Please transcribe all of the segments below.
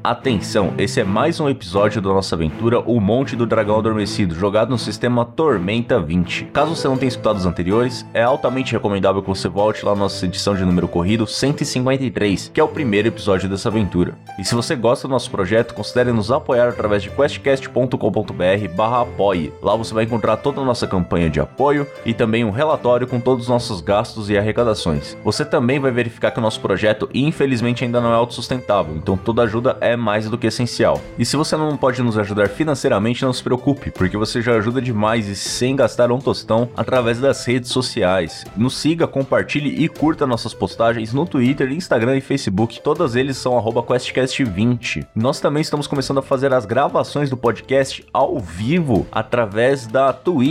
Atenção, esse é mais um episódio da nossa aventura O Monte do Dragão Adormecido, jogado no sistema Tormenta 20. Caso você não tenha escutado os anteriores, é altamente recomendável que você volte lá na nossa edição de número corrido 153, que é o primeiro episódio dessa aventura. E se você gosta do nosso projeto, considere nos apoiar através de questcast.com.br/apoie. Lá você vai encontrar toda a nossa campanha de apoio e também um relatório com todos os nossos gastos e arrecadações. Você também vai verificar que o nosso projeto infelizmente ainda não é autossustentável, então toda ajuda é mais do que essencial. E se você não pode nos ajudar financeiramente, não se preocupe, porque você já ajuda demais e sem gastar um tostão através das redes sociais. Nos siga, compartilhe e curta nossas postagens no Twitter, Instagram e Facebook, todas eles são @QuestCast20. Nós também estamos começando a fazer as gravações do podcast ao vivo através da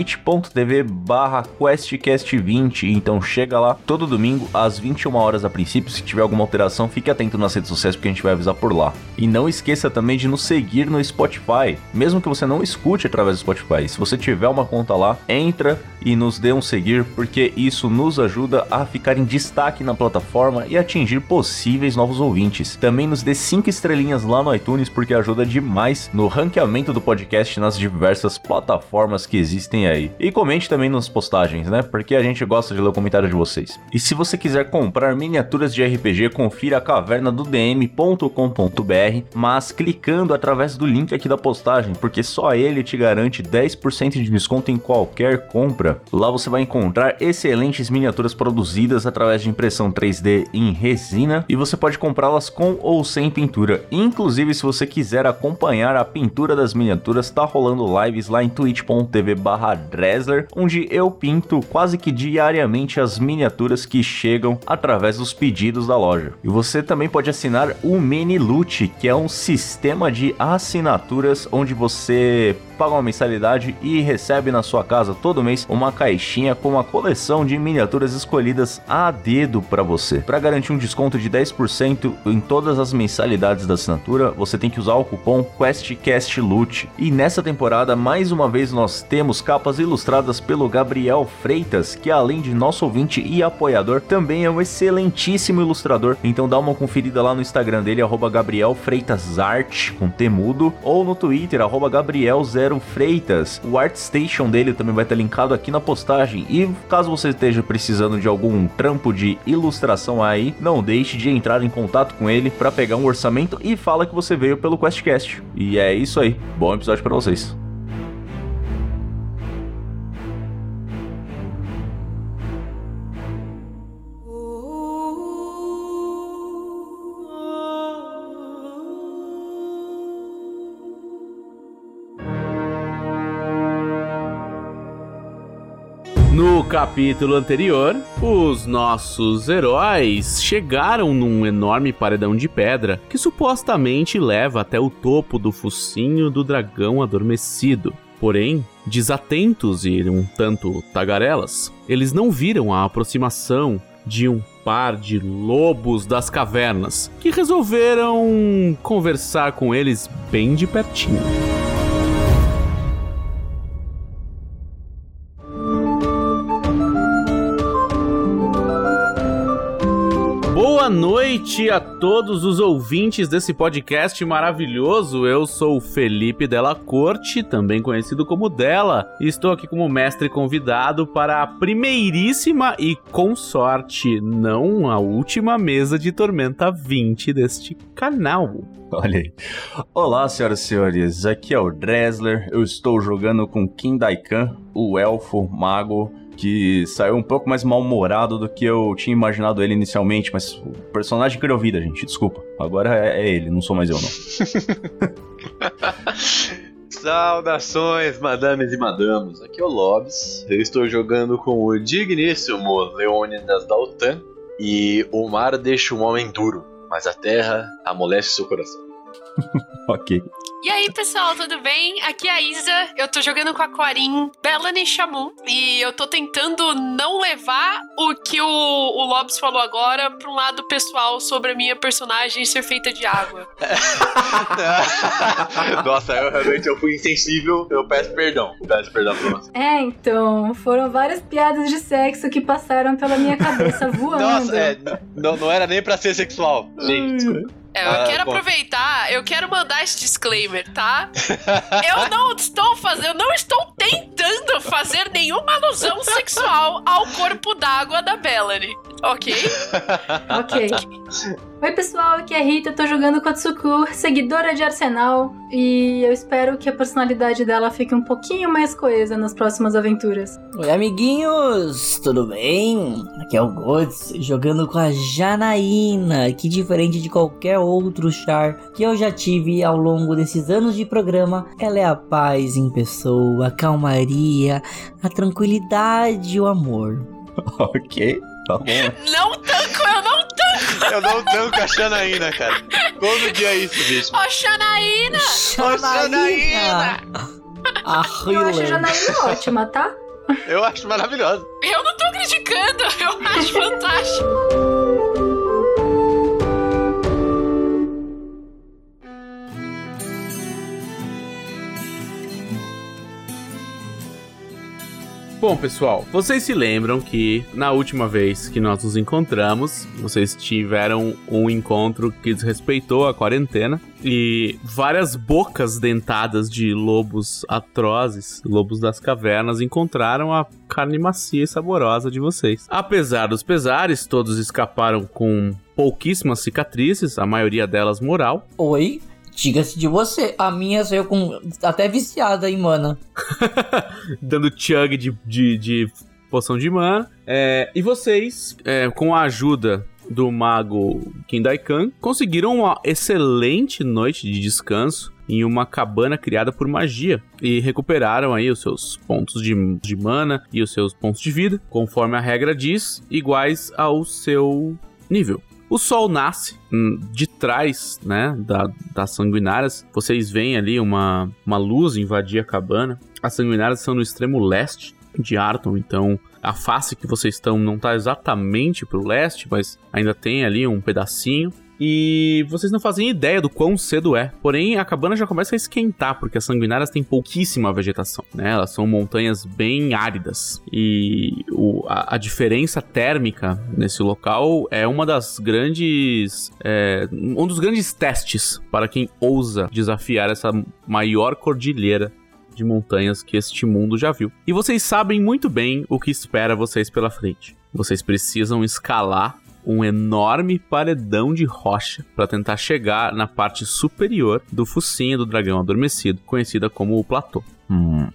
twitch.tv/QuestCast20, então chega lá todo domingo às 21 horas a princípio. Se tiver alguma alteração, fique atento nas redes sociais porque a gente vai avisar por lá. E não esqueça também de nos seguir no Spotify, mesmo que você não escute através do Spotify. Se você tiver uma conta lá, entra e nos dê um seguir, porque isso nos ajuda a ficar em destaque na plataforma e atingir possíveis novos ouvintes. Também nos dê 5 estrelinhas lá no iTunes, porque ajuda demais no ranqueamento do podcast nas diversas plataformas que existem aí. E comente também nas postagens, né? Porque a gente gosta de ler o comentário de vocês. E se você quiser comprar miniaturas de RPG, confira a cavernadodm.com.br, mas clicando através do link aqui da postagem, porque só ele te garante 10% de desconto em qualquer compra. Lá você vai encontrar excelentes miniaturas produzidas através de impressão 3D em resina e você pode comprá-las com ou sem pintura. Inclusive, se você quiser acompanhar a pintura das miniaturas, tá rolando lives lá em twitch.tv/Dresler, onde eu pinto quase que diariamente as miniaturas que chegam através dos pedidos da loja. E você também pode assinar o Mini Loot, que é um sistema de assinaturas onde você paga uma mensalidade e recebe na sua casa todo mês uma caixinha com uma coleção de miniaturas escolhidas a dedo para você. Para garantir um desconto de 10% em todas as mensalidades da assinatura, você tem que usar o cupom QuestCastLoot. E nessa temporada, mais uma vez, nós temos capas ilustradas pelo Gabriel Freitas, que além de nosso ouvinte e apoiador, também é um excelentíssimo ilustrador. Então dá uma conferida lá no Instagram dele, @GabrielFreitasArt, com T mudo, ou no Twitter, @Gabriel0Freitas. O ArtStation dele também vai estar linkado aqui na postagem. E caso você esteja precisando de algum trampo de ilustração aí, não deixe de entrar em contato com ele para pegar um orçamento e fala que você veio pelo QuestCast. E é isso aí. Bom episódio para vocês. No capítulo anterior, os nossos heróis chegaram num enorme paredão de pedra que supostamente leva até o topo do focinho do dragão adormecido. Porém, desatentos e um tanto tagarelas, eles não viram a aproximação de um par de lobos das cavernas que resolveram conversar com eles bem de pertinho. Boa noite a todos os ouvintes desse podcast maravilhoso. Eu sou o Felipe Della Corte, também conhecido como Della, e estou aqui como mestre convidado para a primeiríssima e, com sorte, não a última mesa de Tormenta 20 deste canal. Olha aí. Olá, senhoras e senhores, aqui é o Dresler. Eu estou jogando com Kindaikan, o elfo mago que saiu um pouco mais mal-humorado do que eu tinha imaginado ele inicialmente, mas o personagem criou vida, gente, desculpa. Agora é ele, não sou mais eu, não. Saudações, madames e madamos, aqui é o Lobs. Eu estou jogando com o digníssimo Leônidas Daltan. E o mar deixa um homem duro, mas a terra amolece seu coração. Ok. E aí, pessoal, tudo bem? Aqui é a Isa, eu tô jogando com a Quarin Bellany Shamu e eu tô tentando não levar o que o Lobs falou agora pra um lado pessoal sobre a minha personagem ser feita de água. Nossa, eu fui insensível, eu peço perdão pra você. Então, foram várias piadas de sexo que passaram pela minha cabeça voando. Nossa, não era nem pra ser sexual, gente, desculpa. Eu quero aproveitar, eu quero mandar esse disclaimer, tá? Eu não estou tentando fazer nenhuma alusão sexual ao corpo d'água da Bellany, ok? Ok. Oi, pessoal, aqui é a Rita, eu tô jogando com a Tsuku, seguidora de Arsenal, e eu espero que a personalidade dela fique um pouquinho mais coesa nas próximas aventuras. Oi, amiguinhos, tudo bem? Aqui é o Godz, jogando com a Janaína, que diferente de qualquer outro char que eu já tive ao longo desses anos de programa, ela é a paz em pessoa, a calmaria, a tranquilidade e o amor. Ok, tá bom. Não tanco, eu não tanco! Eu não tanco a Janaína, cara. Todo dia é isso, bicho. Ó, Janaína! Janaína! A Eu acho a healer. Janaína ótima, tá? Eu acho maravilhoso. Eu não tô criticando, eu acho fantástico. Bom, pessoal, vocês se lembram que na última vez que nós nos encontramos, vocês tiveram um encontro que desrespeitou a quarentena e várias bocas dentadas de lobos atrozes, lobos das cavernas, encontraram a carne macia e saborosa de vocês. Apesar dos pesares, todos escaparam com pouquíssimas cicatrizes, a maioria delas moral. Oi? Diga-se de você, a minha saiu com até viciada em mana. Dando chug de poção de mana. E vocês, com a ajuda do mago Kindaikan, conseguiram uma excelente noite de descanso em uma cabana criada por magia. E recuperaram aí os seus pontos de mana e os seus pontos de vida, conforme a regra diz, iguais ao seu nível. O sol nasce de trás, né, das sanguinárias. Vocês veem ali uma luz invadir a cabana. As sanguinárias são no extremo leste de Arton, então a face que vocês estão não está exatamente para o leste, mas ainda tem ali um pedacinho. E vocês não fazem ideia do quão cedo é. Porém, a cabana já começa a esquentar, porque as sanguinárias têm pouquíssima vegetação, né? Elas são montanhas bem áridas. E a diferença térmica nesse local é uma das grandes... um dos grandes testes para quem ousa desafiar essa maior cordilheira de montanhas que este mundo já viu. E vocês sabem muito bem o que espera vocês pela frente. Vocês precisam escalar um enorme paredão de rocha para tentar chegar na parte superior do focinho do dragão adormecido, conhecida como o platô. Bom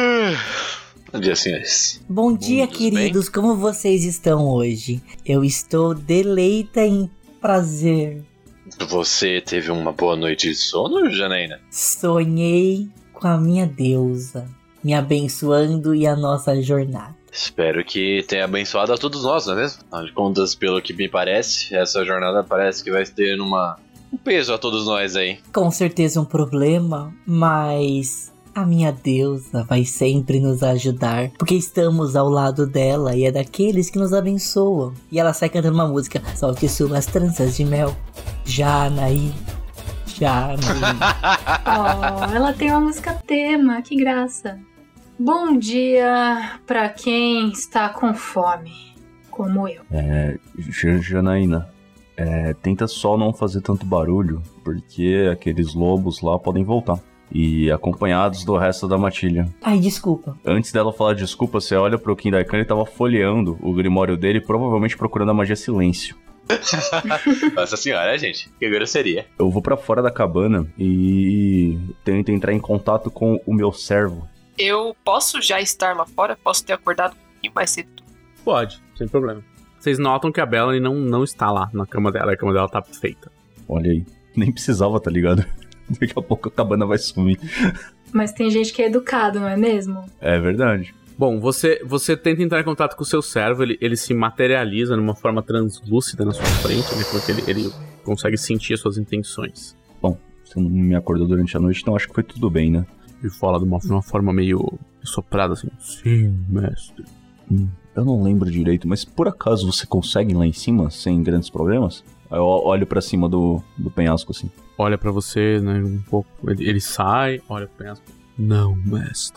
dia, senhores. Bom dia, queridos, como vocês estão hoje? Eu estou deleita em prazer. Você teve uma boa noite de sono, Janaína? Sonhei com a minha deusa, me abençoando e a nossa jornada. Espero que tenha abençoado a todos nós, não é mesmo? Afinal de contas, pelo que me parece, essa jornada parece que vai ter um peso a todos nós aí. Com certeza um problema, mas a minha deusa vai sempre nos ajudar, porque estamos ao lado dela e é daqueles que nos abençoam. E ela sai cantando uma música: solte suas tranças de mel, Janaí, Janaí. Oh, ela tem uma música tema, que graça. Bom dia pra quem está com fome, como eu. Janaína, tenta só não fazer tanto barulho, porque aqueles lobos lá podem voltar. E acompanhados do resto da matilha. Ai, desculpa. Antes dela falar desculpa, você olha pro Kindaikan, ele tava folheando o grimório dele, provavelmente procurando a magia silêncio. Nossa senhora, gente, que grosseria. Eu vou pra fora da cabana e tento entrar em contato com o meu servo. Eu posso já estar lá fora? Posso ter acordado um pouquinho mais cedo? Pode, sem problema. Vocês notam que a Bellany não está lá na cama dela, a cama dela tá feita. Olha aí, nem precisava, tá ligado? Daqui a pouco a cabana vai sumir. Mas tem gente que é educado, não é mesmo? É verdade. Bom, você tenta entrar em contato com o seu servo, ele se materializa numa forma translúcida na sua frente, né? Porque ele consegue sentir as suas intenções. Bom, você não me acordou durante a noite, então acho que foi tudo bem, né? Ele fala de uma forma meio soprada assim. Sim, mestre. Eu não lembro direito, mas por acaso você consegue ir lá em cima sem grandes problemas? Aí eu olho pra cima do penhasco assim. Olha pra você, né, um pouco. Ele sai, olha pro penhasco. Não, mestre.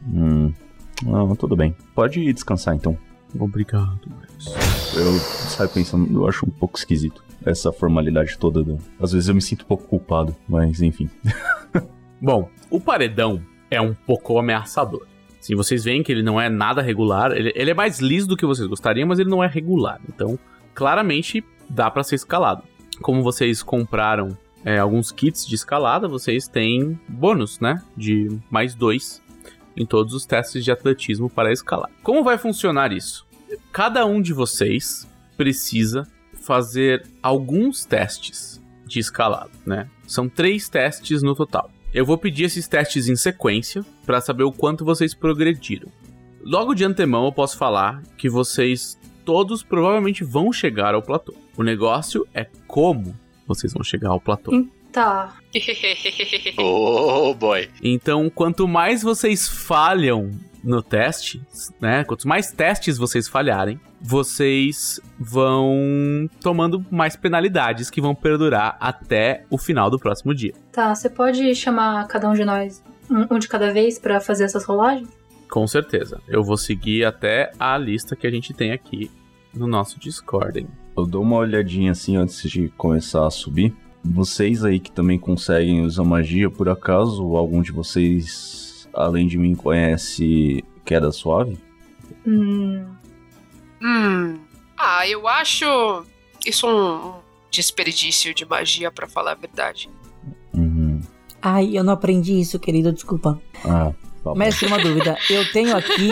Não, tudo bem. Pode ir descansar então. Obrigado, mestre. Eu saio pensando, eu acho um pouco esquisito. essa formalidade toda. Às vezes eu me sinto um pouco culpado, mas enfim. Bom, o paredão é um pouco ameaçador. Assim, vocês veem que ele não é nada regular, ele é mais liso do que vocês gostariam, mas ele não é regular. Então, claramente, dá pra ser escalado. Como vocês compraram alguns kits de escalada, vocês têm bônus, né? De mais 2 em todos os testes de atletismo para escalar. Como vai funcionar isso? Cada um de vocês precisa fazer alguns testes de escalada, né? São 3 testes no total. Eu vou pedir esses testes em sequência para saber o quanto vocês progrediram. Logo de antemão eu posso falar que vocês todos provavelmente vão chegar ao platô. O negócio é como vocês vão chegar ao platô. Tá. Oh, boy. Então, quanto mais vocês falham no teste, né? Quanto mais testes vocês falharem, vocês vão tomando mais penalidades que vão perdurar até o final do próximo dia. Tá, você pode chamar cada um de nós, um de cada vez, pra fazer essas rolagens? Com certeza. Eu vou seguir até a lista que a gente tem aqui no nosso Discord, hein? Eu dou uma olhadinha assim antes de começar a subir. Vocês aí que também conseguem usar magia, por acaso algum de vocês, além de mim, conhece Queda Suave? Eu acho isso um desperdício de magia, pra falar a verdade. Ai, eu não aprendi isso, querido, desculpa. Tá Mestre, uma dúvida. Eu tenho aqui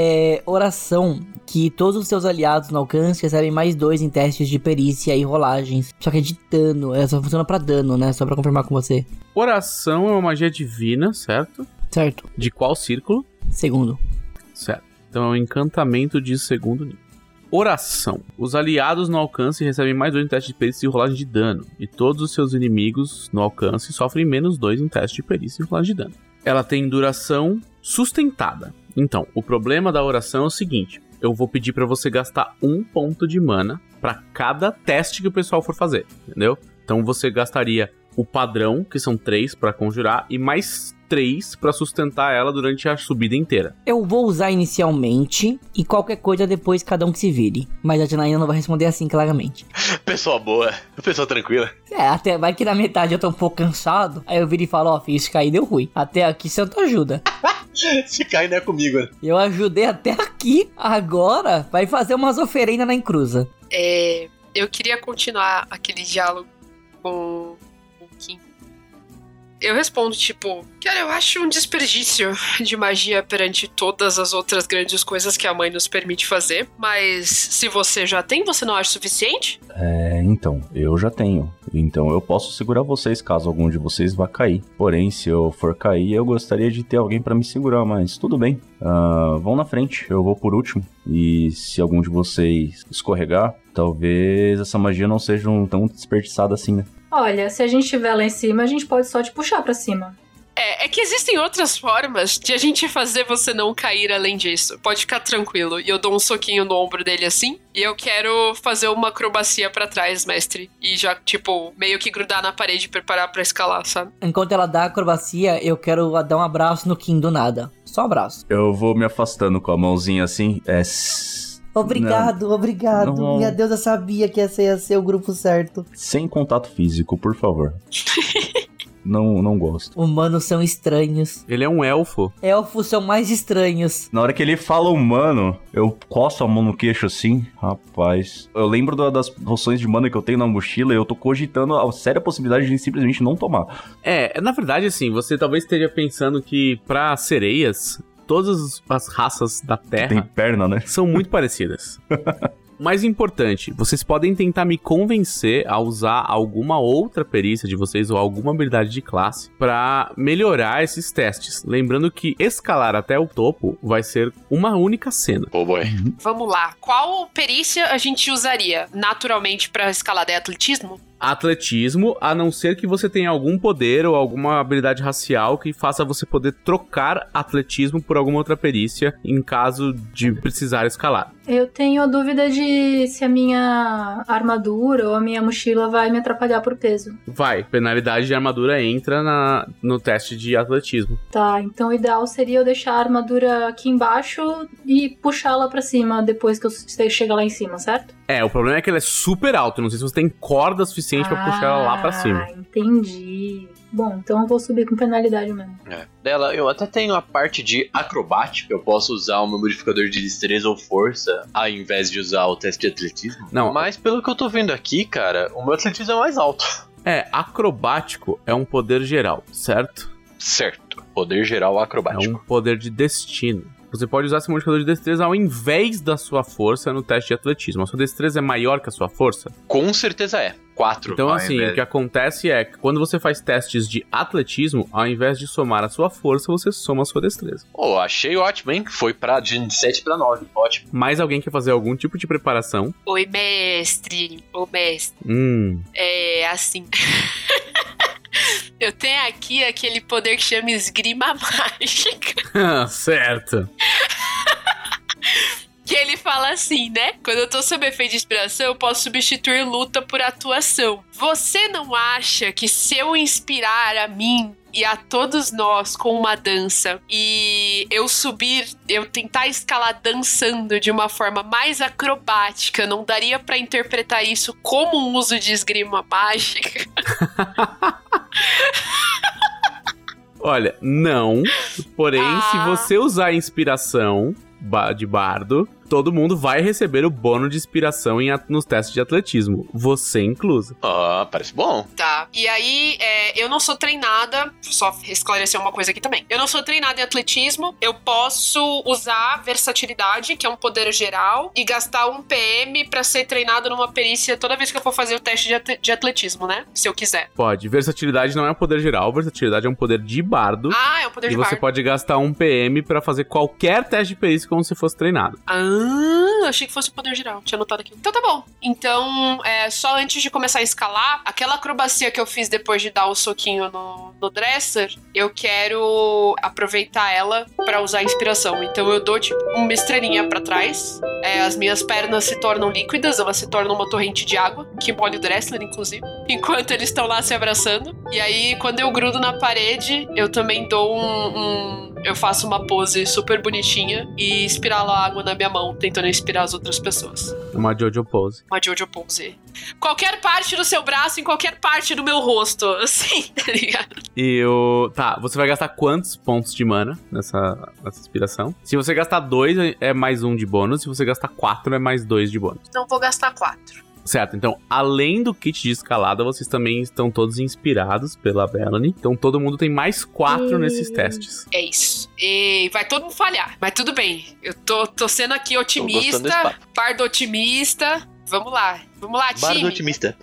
oração, que todos os seus aliados no alcance recebem mais 2 em testes de perícia e rolagens. Só que é de dano, ela só funciona pra dano, né? Só pra confirmar com você. Oração é uma magia divina, certo? Certo. De qual círculo? Segundo. Certo. Então é um encantamento de segundo nível. Oração. Os aliados no alcance recebem mais 2 em teste de perícia e rolagem de dano. E todos os seus inimigos no alcance sofrem menos 2 em teste de perícia e rolagem de dano. Ela tem duração sustentada. Então, o problema da oração é o seguinte. Eu vou pedir pra você gastar 1 ponto de mana pra cada teste que o pessoal for fazer, entendeu? Então você gastaria o padrão, que são 3 pra conjurar, e mais 3 pra sustentar ela durante a subida inteira. Eu vou usar inicialmente e qualquer coisa depois cada um que se vire. Mas a Janaína não vai responder assim claramente. Pessoa boa, pessoa tranquila. Até vai que na metade eu tô um pouco cansado. Aí eu viro e falo, fiz cair, deu ruim. Até aqui Santo ajuda. Se cair não é comigo, né? Eu ajudei até aqui. Agora vai fazer umas oferendas na encruza. Eu queria continuar aquele diálogo com o Kim. Eu respondo, tipo, cara, eu acho um desperdício de magia perante todas as outras grandes coisas que a mãe nos permite fazer, mas se você já tem, você não acha suficiente? Então, eu já tenho. Então eu posso segurar vocês caso algum de vocês vá cair. Porém, se eu for cair, eu gostaria de ter alguém pra me segurar, mas tudo bem. Vão na frente, eu vou por último. E se algum de vocês escorregar, talvez essa magia não seja tão desperdiçada assim, né? Olha, se a gente estiver lá em cima, a gente pode só te puxar pra cima. É que existem outras formas de a gente fazer você não cair além disso. Pode ficar tranquilo. E eu dou um soquinho no ombro dele assim. E eu quero fazer uma acrobacia pra trás, mestre. E já, tipo, meio que grudar na parede e preparar pra escalar, sabe? Enquanto ela dá a acrobacia, eu quero dar um abraço no Kim do nada. Só um abraço. Eu vou me afastando com a mãozinha assim. Obrigado. Não. Minha deusa sabia que esse ia ser o grupo certo. Sem contato físico, por favor. Não gosto. Humanos são estranhos. Ele é um elfo. Elfos são mais estranhos. Na hora que ele fala humano, eu coço a mão no queixo assim. Rapaz. Eu lembro das poções de mana que eu tenho na mochila e eu tô cogitando a séria possibilidade de simplesmente não tomar. Na verdade, assim, você talvez esteja pensando que pra sereias, todas as raças da Terra tem perna, né? São muito parecidas. Mais importante, vocês podem tentar me convencer a usar alguma outra perícia de vocês ou alguma habilidade de classe pra melhorar esses testes. Lembrando que escalar até o topo vai ser uma única cena. Oh boy. Vamos lá. Qual perícia a gente usaria naturalmente pra escalar? É atletismo? Atletismo, a não ser que você tenha algum poder ou alguma habilidade racial que faça você poder trocar atletismo por alguma outra perícia em caso de precisar escalar. Eu tenho a dúvida de se a minha armadura ou a minha mochila vai me atrapalhar por peso. Vai, penalidade de armadura entra no teste de atletismo. Tá, então o ideal seria eu deixar a armadura aqui embaixo e puxá-la pra cima depois que eu chegar lá em cima, certo? O problema é que ela é super alta. Não sei se você tem corda suficiente pra puxar ela lá pra cima. Entendi. Bom, então eu vou subir com penalidade mesmo. Dela, eu até tenho a parte de acrobática. Eu posso usar o meu modificador de destreza ou força ao invés de usar o teste de atletismo. Não. Mas pelo que eu tô vendo aqui, cara, o meu atletismo é mais alto. Acrobático é um poder geral, certo? Certo. Poder geral acrobático. É um poder de destino. Você pode usar esse modificador de destreza ao invés da sua força no teste de atletismo. A sua destreza é maior que a sua força? Com certeza é. 4. Então, assim, o que acontece é que quando você faz testes de atletismo, ao invés de somar a sua força, você soma a sua destreza. Achei ótimo, hein? Foi de 7 pra 9. Ótimo. Mais alguém quer fazer algum tipo de preparação? Oi, mestre. Ô, mestre. É assim... Eu tenho aqui aquele poder que chama esgrima mágica. Certo. Que ele fala assim, né? Quando eu tô sob efeito de inspiração, eu posso substituir luta por atuação. Você não acha que se eu inspirar a mim e a todos nós com uma dança e eu tentar escalar dançando de uma forma mais acrobática, não daria pra interpretar isso como um uso de esgrima mágica? Olha, não. Porém, se você usar a inspiração de bardo, todo mundo vai receber o bônus de inspiração nos testes de atletismo. Você incluso. Parece bom. Tá. E aí, eu não sou treinada, só esclarecer uma coisa aqui também. Eu não sou treinada em atletismo, eu posso usar versatilidade, que é um poder geral, e gastar 1 PM pra ser treinado numa perícia toda vez que eu for fazer o teste de atletismo, né? Se eu quiser. Pode. Versatilidade não é um poder geral, versatilidade é um poder de bardo. É um poder de bardo. bardo. E você pode gastar 1 PM pra fazer qualquer teste de perícia como se fosse treinado. Achei que fosse o poder geral. Tinha anotado aqui. Então tá bom. Então, só antes de começar a escalar, aquela acrobacia que eu fiz depois de dar o soquinho no dresser, eu quero aproveitar ela pra usar a inspiração. Então eu dou, tipo, uma estrelinha pra trás. As minhas pernas se tornam líquidas, elas se tornam uma torrente de água, que molha o dresser, inclusive, enquanto eles estão lá se abraçando. E aí, quando eu grudo na parede, eu também dou eu faço uma pose super bonitinha e espiralo a água na minha mão, tentando inspirar as outras pessoas. Uma Jojo Pose. Uma Jojo Pose. Qualquer parte do seu braço, em qualquer parte do meu rosto, assim, tá ligado? Tá, você vai gastar quantos pontos de mana nessa inspiração? Se você gastar 2, é mais 1 de bônus. Se você gastar 4, é mais 2 de bônus. Não vou gastar 4. Certo, então, além do kit de escalada, vocês também estão todos inspirados pela Bellany. Então, todo mundo tem mais 4 nesses testes. É isso. E vai todo mundo falhar, mas tudo bem. Eu tô sendo aqui otimista, bardo otimista. Vamos lá, time. Bardo otimista.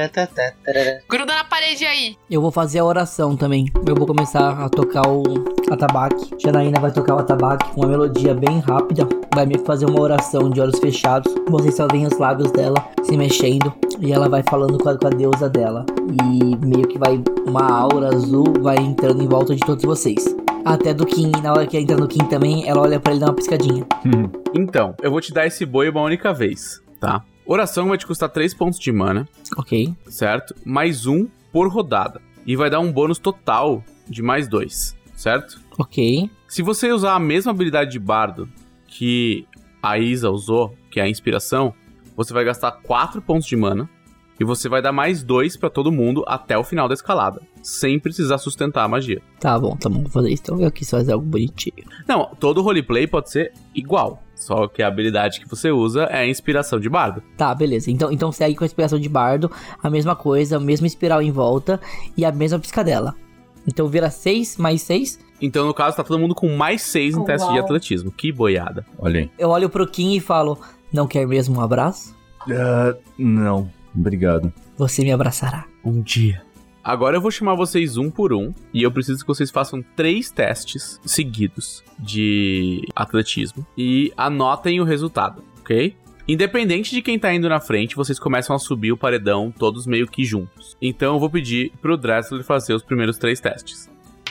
Gruda na parede aí. Eu vou fazer a oração também. Eu vou começar a tocar o atabaque. Janaína vai tocar o atabaque com uma melodia bem rápida. Vai meio que fazer uma oração de olhos fechados. Vocês só veem os lábios dela se mexendo. E ela vai falando com a deusa dela. E meio que vai uma aura azul vai entrando em volta de todos vocês. Até do Kim, na hora que entra no Kim também, ela olha pra ele e dá uma piscadinha. Então, eu vou te dar esse boi uma única vez, tá? Oração vai te custar 3 pontos de mana. Ok. Certo? Mais 1 por rodada. E vai dar um bônus total de mais 2, certo? Ok. Se você usar a mesma habilidade de bardo que a Isa usou, que é a inspiração, você vai gastar 4 pontos de mana. E você vai dar mais 2 pra todo mundo até o final da escalada, sem precisar sustentar a magia. Tá bom, vou fazer isso. Então eu quis fazer algo bonitinho. Não, todo roleplay pode ser igual. Só que a habilidade que você usa é a inspiração de bardo. Tá, beleza. Então segue com a inspiração de bardo, a mesma coisa, a mesma espiral em volta e a mesma piscadela. Então vira 6 mais 6. Então, no caso, tá todo mundo com mais 6 em teste de atletismo. Que boiada. Olha aí. Eu olho pro Kim e falo, não quer mesmo um abraço? Não. Obrigado. Você me abraçará. Um dia. Agora eu vou chamar vocês um por um. E eu preciso que vocês façam 3 testes seguidos de atletismo. E anotem o resultado, ok? Independente de quem tá indo na frente, vocês começam a subir o paredão todos meio que juntos. Então eu vou pedir pro Dressler fazer os primeiros 3 testes.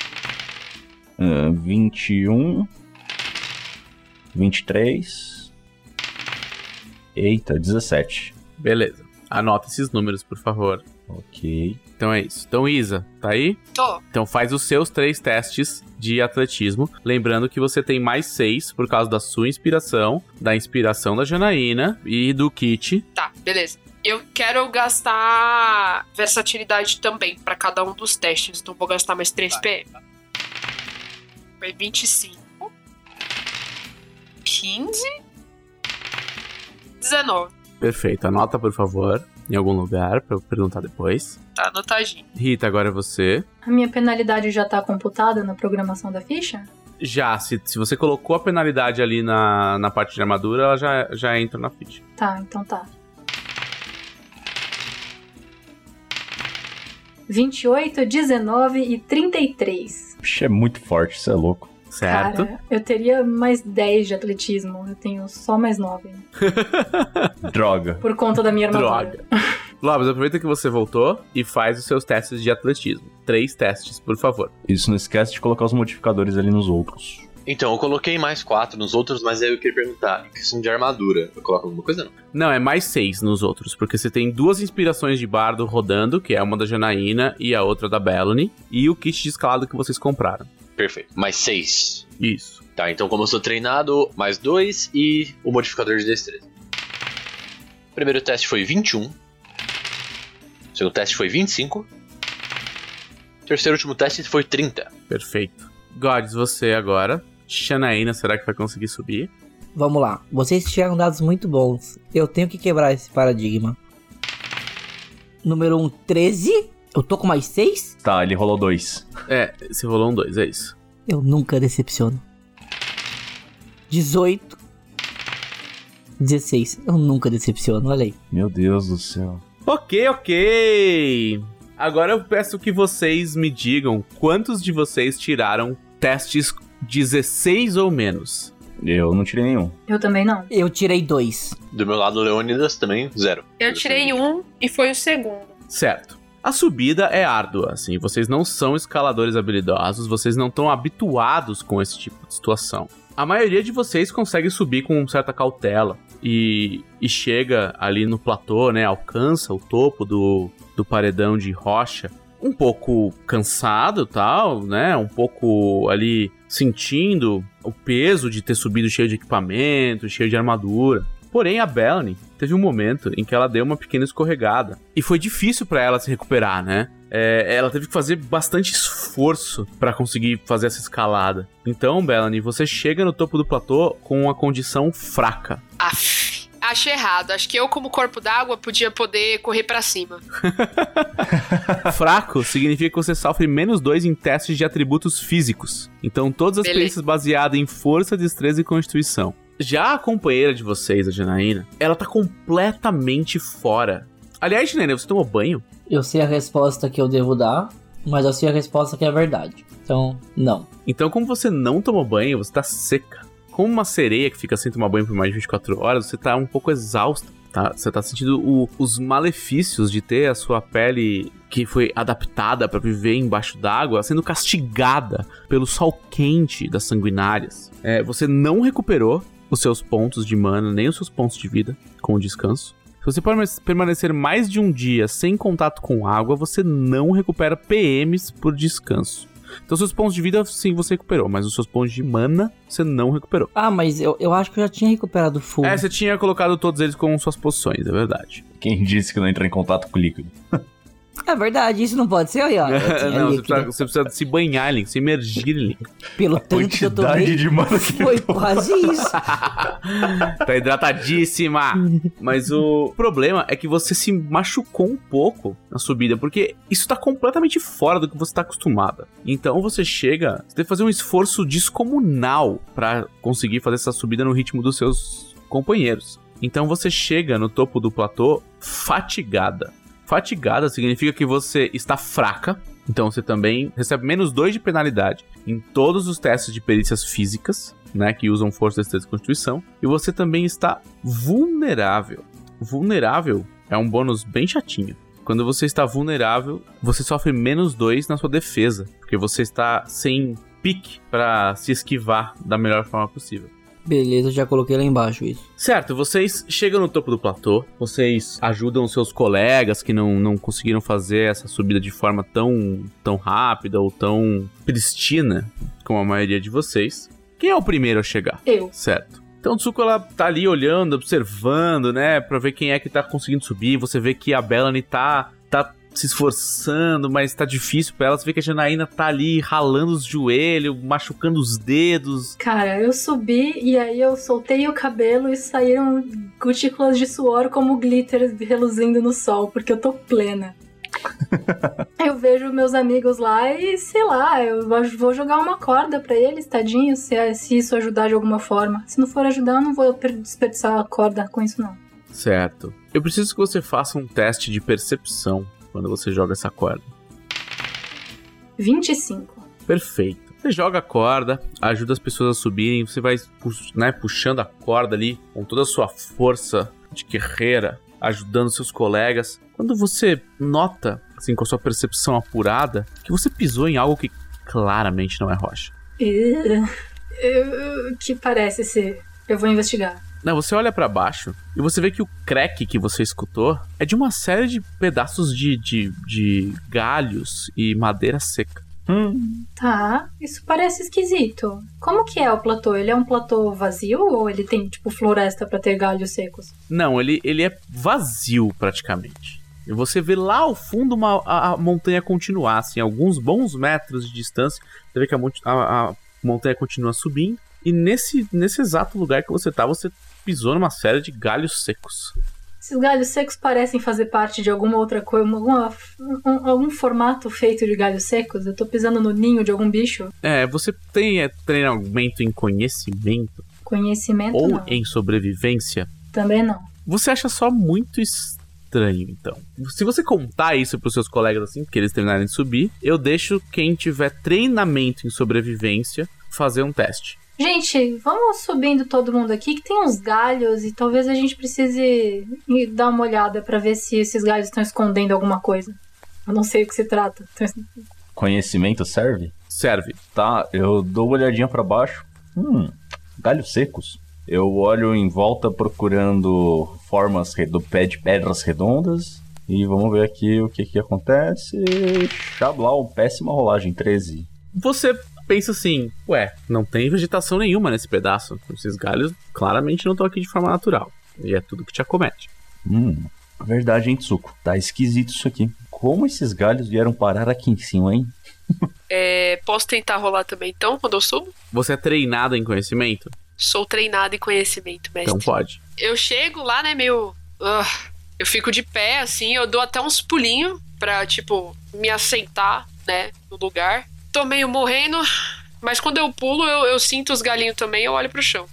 21. 23. Eita, 17. Beleza. Anota esses números, por favor. Ok. Então é isso. Então, Isa, tá aí? Tô. Então faz os seus 3 testes de atletismo. Lembrando que você tem mais 6 por causa da sua inspiração, da inspiração da Janaína e do kit. Tá, beleza. Eu quero gastar versatilidade também pra cada um dos testes. Então vou gastar mais 3 PM. Foi 25. 15. 19. Perfeito. Anota, por favor, em algum lugar pra eu perguntar depois. Tá anotadinho. Rita, agora é você. A minha penalidade já tá computada na programação da ficha? Já, se você colocou a penalidade ali na parte de armadura, ela já entra na ficha. Tá, então tá. 28, 19 e 33. Puxa, é muito forte, isso é louco. Certo? Cara, eu teria mais 10 de atletismo. Eu tenho só mais 9. Droga. Por conta da minha armadura. Lobos, aproveita que você voltou e faz os seus testes de atletismo. 3 testes, por favor. Isso, não esquece de colocar os modificadores ali nos outros. Então, eu coloquei mais 4 nos outros, mas aí eu queria perguntar, em questão de armadura, eu coloco alguma coisa não? Não, é mais 6 nos outros, porque você tem 2 inspirações de bardo rodando, que é uma da Janaína e a outra da Bellany, e o kit de escalada que vocês compraram. Perfeito. Mais 6. Isso. Tá, então como eu sou treinado, mais 2 e o modificador de destreza. O primeiro teste foi 21. O segundo teste foi 25. O terceiro e último teste foi 30. Perfeito. Gods, você agora. Janaína, será que vai conseguir subir? Vamos lá. Vocês tiveram dados muito bons. Eu tenho que quebrar esse paradigma. Número 1, 13. Eu tô com mais 6? Tá, ele rolou 2. É, você rolou um 2, é isso. Eu nunca decepciono. 18. 16. Eu nunca decepciono, olha aí. Meu Deus do céu. Ok. Agora eu peço que vocês me digam quantos de vocês tiraram testes 16 ou menos. Eu não tirei nenhum. Eu também não. Eu tirei 2. Do meu lado, Leônidas também, 0. Eu tirei 1 e foi o segundo. Certo. A subida é árdua, assim, vocês não são escaladores habilidosos, vocês não estão habituados com esse tipo de situação. A maioria de vocês consegue subir com certa cautela e chega ali no platô, né, alcança o topo do paredão de rocha, um pouco cansado, tal, né, um pouco ali sentindo o peso de ter subido cheio de equipamento, cheio de armadura. Porém, a Bellany teve um momento em que ela deu uma pequena escorregada. E foi difícil pra ela se recuperar, né? Ela teve que fazer bastante esforço pra conseguir fazer essa escalada. Então, Bellany, você chega no topo do platô com uma condição fraca. Acho errado. Acho que eu, como corpo d'água, poder correr pra cima. Fraco significa que você sofre menos 2 em testes de atributos físicos. Então, todas as experiências baseadas em força, destreza e constituição. Já a companheira de vocês, a Janaína, ela tá completamente fora. Aliás, Janaína, você tomou banho? Eu sei a resposta que eu devo dar, mas eu sei a resposta que é verdade. Então, não. Então, como você não tomou banho, você tá seca. Como uma sereia que fica sem tomar banho por mais de 24 horas, você tá um pouco exausta. Tá? Você tá sentindo os malefícios de ter a sua pele que foi adaptada pra viver embaixo d'água sendo castigada pelo sol quente das sanguinárias. Você não recuperou os seus pontos de mana, nem os seus pontos de vida com o descanso. Se você permanecer mais de um dia sem contato com água, você não recupera PMs por descanso. Então seus pontos de vida sim você recuperou, mas os seus pontos de mana você não recuperou. Ah, mas eu acho que eu já tinha recuperado full. Você tinha colocado todos eles com suas poções, é verdade. Quem disse que não entra em contato com o líquido? É verdade, isso não pode ser, ó. Não, você precisa se banhar, Link, se imergir, Link. Pelo tanto que eu tomei, de mana que foi quase isso. Tá hidratadíssima. Mas o problema é que você se machucou um pouco na subida, porque isso tá completamente fora do que você tá acostumada. Então você chega, você tem que fazer um esforço descomunal pra conseguir fazer essa subida no ritmo dos seus companheiros. Então você chega no topo do platô fatigada. Fatigada significa que você está fraca, então você também recebe menos 2 de penalidade em todos os testes de perícias físicas, né, que usam força, destreza e constituição, e você também está vulnerável. Vulnerável é um bônus bem chatinho. Quando você está vulnerável, você sofre menos 2 na sua defesa, porque você está sem pique para se esquivar da melhor forma possível. Beleza, já coloquei lá embaixo isso. Certo, vocês chegam no topo do platô, vocês ajudam seus colegas que não conseguiram fazer essa subida de forma tão rápida ou tão pristina como a maioria de vocês. Quem é o primeiro a chegar? Eu. Certo. Então, Tsuko, ela tá ali olhando, observando, né, pra ver quem é que tá conseguindo subir. Você vê que a Bellany tá se esforçando, mas tá difícil pra ela. Você vê que a Janaína tá ali ralando os joelhos, machucando os dedos. Cara, eu subi e aí eu soltei o cabelo e saíram gotículas de suor como glitter reluzindo no sol, porque eu tô plena. Eu vejo meus amigos lá e, sei lá, eu vou jogar uma corda pra eles, tadinhos, se isso ajudar de alguma forma. Se não for ajudar, eu não vou desperdiçar a corda com isso, não. Certo. Eu preciso que você faça um teste de percepção quando você joga essa corda. 25. Perfeito. Você joga a corda, ajuda as pessoas a subirem, você vai puxando a corda ali com toda a sua força de guerreira, ajudando seus colegas. Quando você nota, assim, com a sua percepção apurada, que você pisou em algo que claramente não é rocha. Que parece ser. Eu vou investigar. Não, você olha pra baixo e você vê que o crack que você escutou é de uma série de pedaços de galhos e madeira seca. Tá, isso parece esquisito. Como que é o platô? Ele é um platô vazio ou ele tem, tipo, floresta pra ter galhos secos? Não, ele é vazio praticamente. E você vê lá ao fundo a montanha continuar, assim, alguns bons metros de distância. Você vê que a montanha continua subindo. E nesse exato lugar que você tá, você pisou numa série de galhos secos. Esses galhos secos parecem fazer parte de alguma outra coisa, algum formato feito de galhos secos? Eu tô pisando no ninho de algum bicho? Você tem treinamento em conhecimento? Conhecimento, ou não. Em sobrevivência? Também não. Você acha só muito estranho, então. Se você contar isso pros seus colegas assim, que eles terminarem de subir, eu deixo quem tiver treinamento em sobrevivência fazer um teste. Gente, vamos subindo todo mundo aqui, que tem uns galhos e talvez a gente precise dar uma olhada pra ver se esses galhos estão escondendo alguma coisa. Eu não sei o que se trata. Conhecimento serve? Serve. Tá, eu dou uma olhadinha pra baixo. Galhos secos. Eu olho em volta procurando formas de pedras redondas. E vamos ver aqui o que acontece. Xablau, péssima rolagem, 13. Você pensa assim, não tem vegetação nenhuma nesse pedaço. Esses galhos claramente não estão aqui de forma natural. E é tudo que te acomete. Verdade, hein, Tsuko? Tá esquisito isso aqui. Como esses galhos vieram parar aqui em cima, hein? Posso tentar rolar também, então, quando eu subo? Você é treinado em conhecimento? Sou treinado em conhecimento, mestre. Então pode. Eu chego lá, né, meio... eu fico de pé, assim, eu dou até uns pulinhos pra, tipo, me assentar, né, no lugar. Tô meio morrendo, mas quando eu pulo, eu sinto os galinhos também, eu olho pro chão.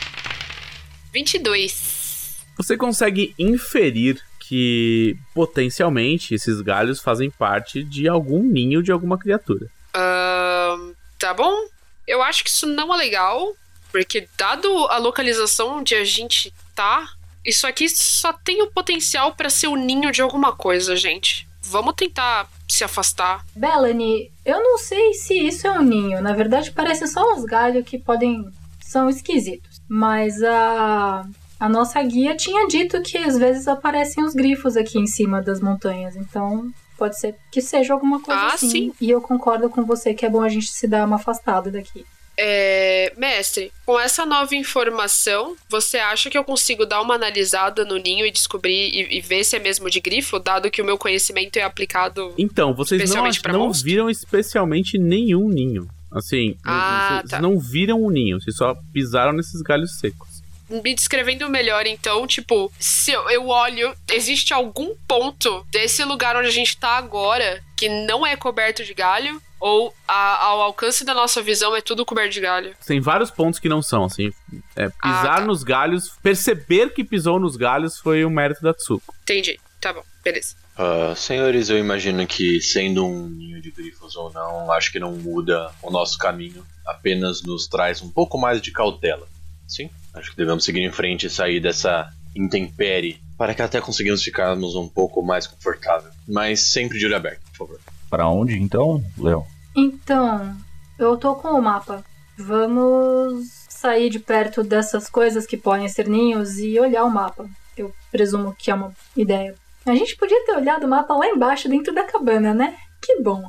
22. Você consegue inferir que, potencialmente, esses galhos fazem parte de algum ninho de alguma criatura. Tá bom. Eu acho que isso não é legal, porque dado a localização onde a gente tá, isso aqui só tem o potencial pra ser o ninho de alguma coisa, gente. Vamos tentar se afastar. Bellany, eu não sei se isso é um ninho. Na verdade, parece só uns galhos que são esquisitos. Mas a nossa guia tinha dito que às vezes aparecem os grifos aqui em cima das montanhas. Então, pode ser que seja alguma coisa assim. Sim. E eu concordo com você que é bom a gente se dar uma afastada daqui. Mestre, com essa nova informação, você acha que eu consigo dar uma analisada no ninho e descobrir e ver se é mesmo de grifo, dado que o meu conhecimento é aplicado então, vocês não viram especialmente nenhum ninho. Assim, vocês não viram o ninho, vocês só pisaram nesses galhos secos. Me descrevendo melhor, então, tipo, se eu olho, existe algum ponto desse lugar onde a gente tá agora que não é coberto de galho? Ou ao alcance da nossa visão é tudo coberto de galho? Tem vários pontos que não são, assim. Pisar nos galhos, perceber que pisou nos galhos foi o mérito da Tsuko. Entendi, tá bom, beleza. Senhores, eu imagino que sendo um ninho de grifos ou não, acho que não muda o nosso caminho, apenas nos traz um pouco mais de cautela. Sim, acho que devemos seguir em frente e sair dessa intempérie, para que até conseguimos ficarmos um pouco mais confortável. Mas sempre de olho aberto, por favor. Pra onde então, Léo? Então, eu tô com o mapa. Vamos sair de perto dessas coisas que podem ser ninhos e olhar o mapa. Eu presumo que é uma ideia. A gente podia ter olhado o mapa lá embaixo, dentro da cabana, né? Que bom.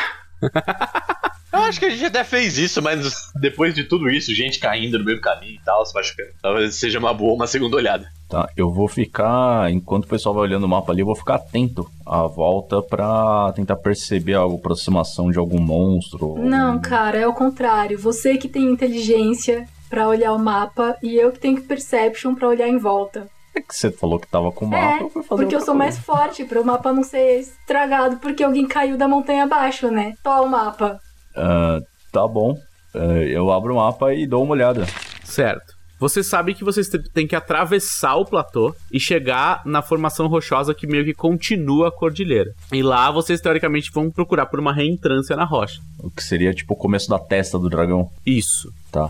Eu acho que a gente até fez isso, mas depois de tudo isso, gente caindo no meio do caminho e tal, acho que talvez seja uma boa uma segunda olhada. Tá, eu vou ficar, enquanto o pessoal vai olhando o mapa ali, eu vou ficar atento à volta pra tentar perceber a aproximação de algum monstro. Não, cara, é o contrário. Você que tem inteligência pra olhar o mapa e eu que tenho perception pra olhar em volta. É que você falou que tava com o mapa, eu fui fazer porque eu sou mais forte, para o mapa não ser estragado porque alguém caiu da montanha abaixo, né? Tó o mapa. Tá bom. Eu abro o mapa e dou uma olhada. Certo. Você sabe que vocês têm que atravessar o platô e chegar na formação rochosa que meio que continua a cordilheira. E lá vocês, teoricamente, vão procurar por uma reentrância na rocha. O que seria tipo o começo da testa do dragão. Isso. Tá.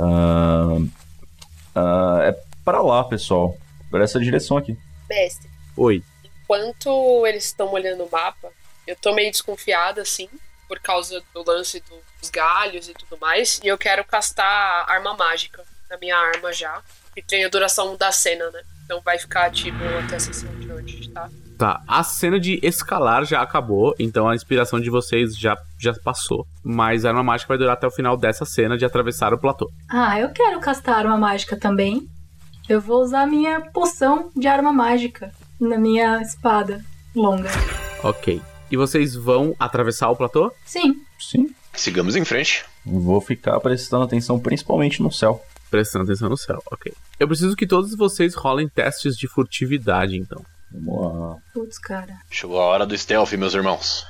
É pra lá, pessoal. Por essa direção aqui. Mestre. Oi. Enquanto eles estão olhando o mapa, eu tô meio desconfiada, assim, por causa do lance dos galhos e tudo mais. E eu quero castar arma mágica na minha arma já. Que tem a duração da cena, né? Então vai ficar, tipo, até a sessão de hoje, tá? Tá, a cena de escalar já acabou, então a inspiração de vocês já passou. Mas a arma mágica vai durar até o final dessa cena de atravessar o platô. Ah, eu quero castar arma mágica também. Eu vou usar a minha poção de arma mágica na minha espada longa. Ok. E vocês vão atravessar o platô? Sim. Sim. Sigamos em frente. Vou ficar prestando atenção principalmente no céu. Prestando atenção no céu, ok. Eu preciso que todos vocês rolem testes de furtividade, então. Vamos lá. Putz, cara. Chegou a hora do stealth, meus irmãos.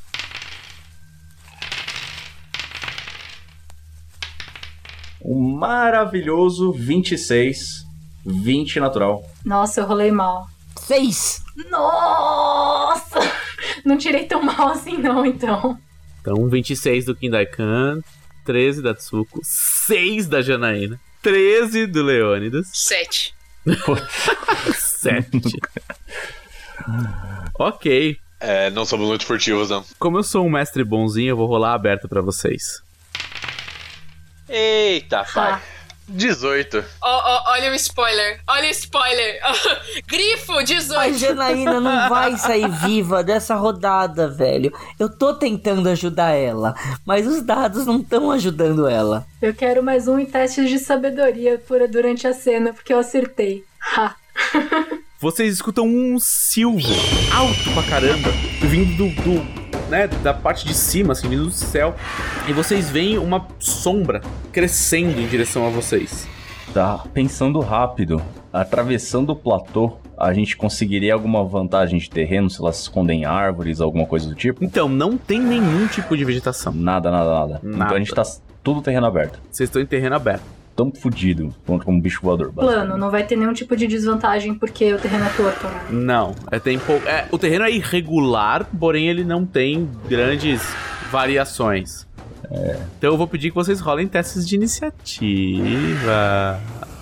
Um maravilhoso 26, 20 natural. Nossa, eu rolei mal. 6! Nossa! Não tirei tão mal assim não, então. Então, 26 do Kindaikan, 13 da Tsuko, 6 da Janaína, 13 do Leônidas. 7. 7. Ok. Não somos muito furtivos, não. Como eu sou um mestre bonzinho, eu vou rolar aberto pra vocês. Eita, pai. 18. Olha o spoiler. Olha o spoiler. Grifo, 18. A Janaína não vai sair viva dessa rodada, velho. Eu tô tentando ajudar ela, mas os dados não estão ajudando ela. Eu quero mais um em testes de sabedoria durante a cena, porque eu acertei. Ha! Vocês escutam um silvo alto pra caramba, vindo da parte de cima, assim, vindo do céu. E vocês veem uma sombra crescendo em direção a vocês. Tá, pensando rápido, atravessando o platô, a gente conseguiria alguma vantagem de terreno, se elas se escondem em árvores, alguma coisa do tipo? Então, não tem nenhum tipo de vegetação. Nada. Então a gente tá tudo terreno aberto. Vocês estão em terreno aberto. Tão fudido contra um bicho voador. Plano, não vai ter nenhum tipo de desvantagem porque o terreno é torto. Não, o terreno é irregular, porém ele não tem grandes variações. Então eu vou pedir que vocês rolem testes de iniciativa.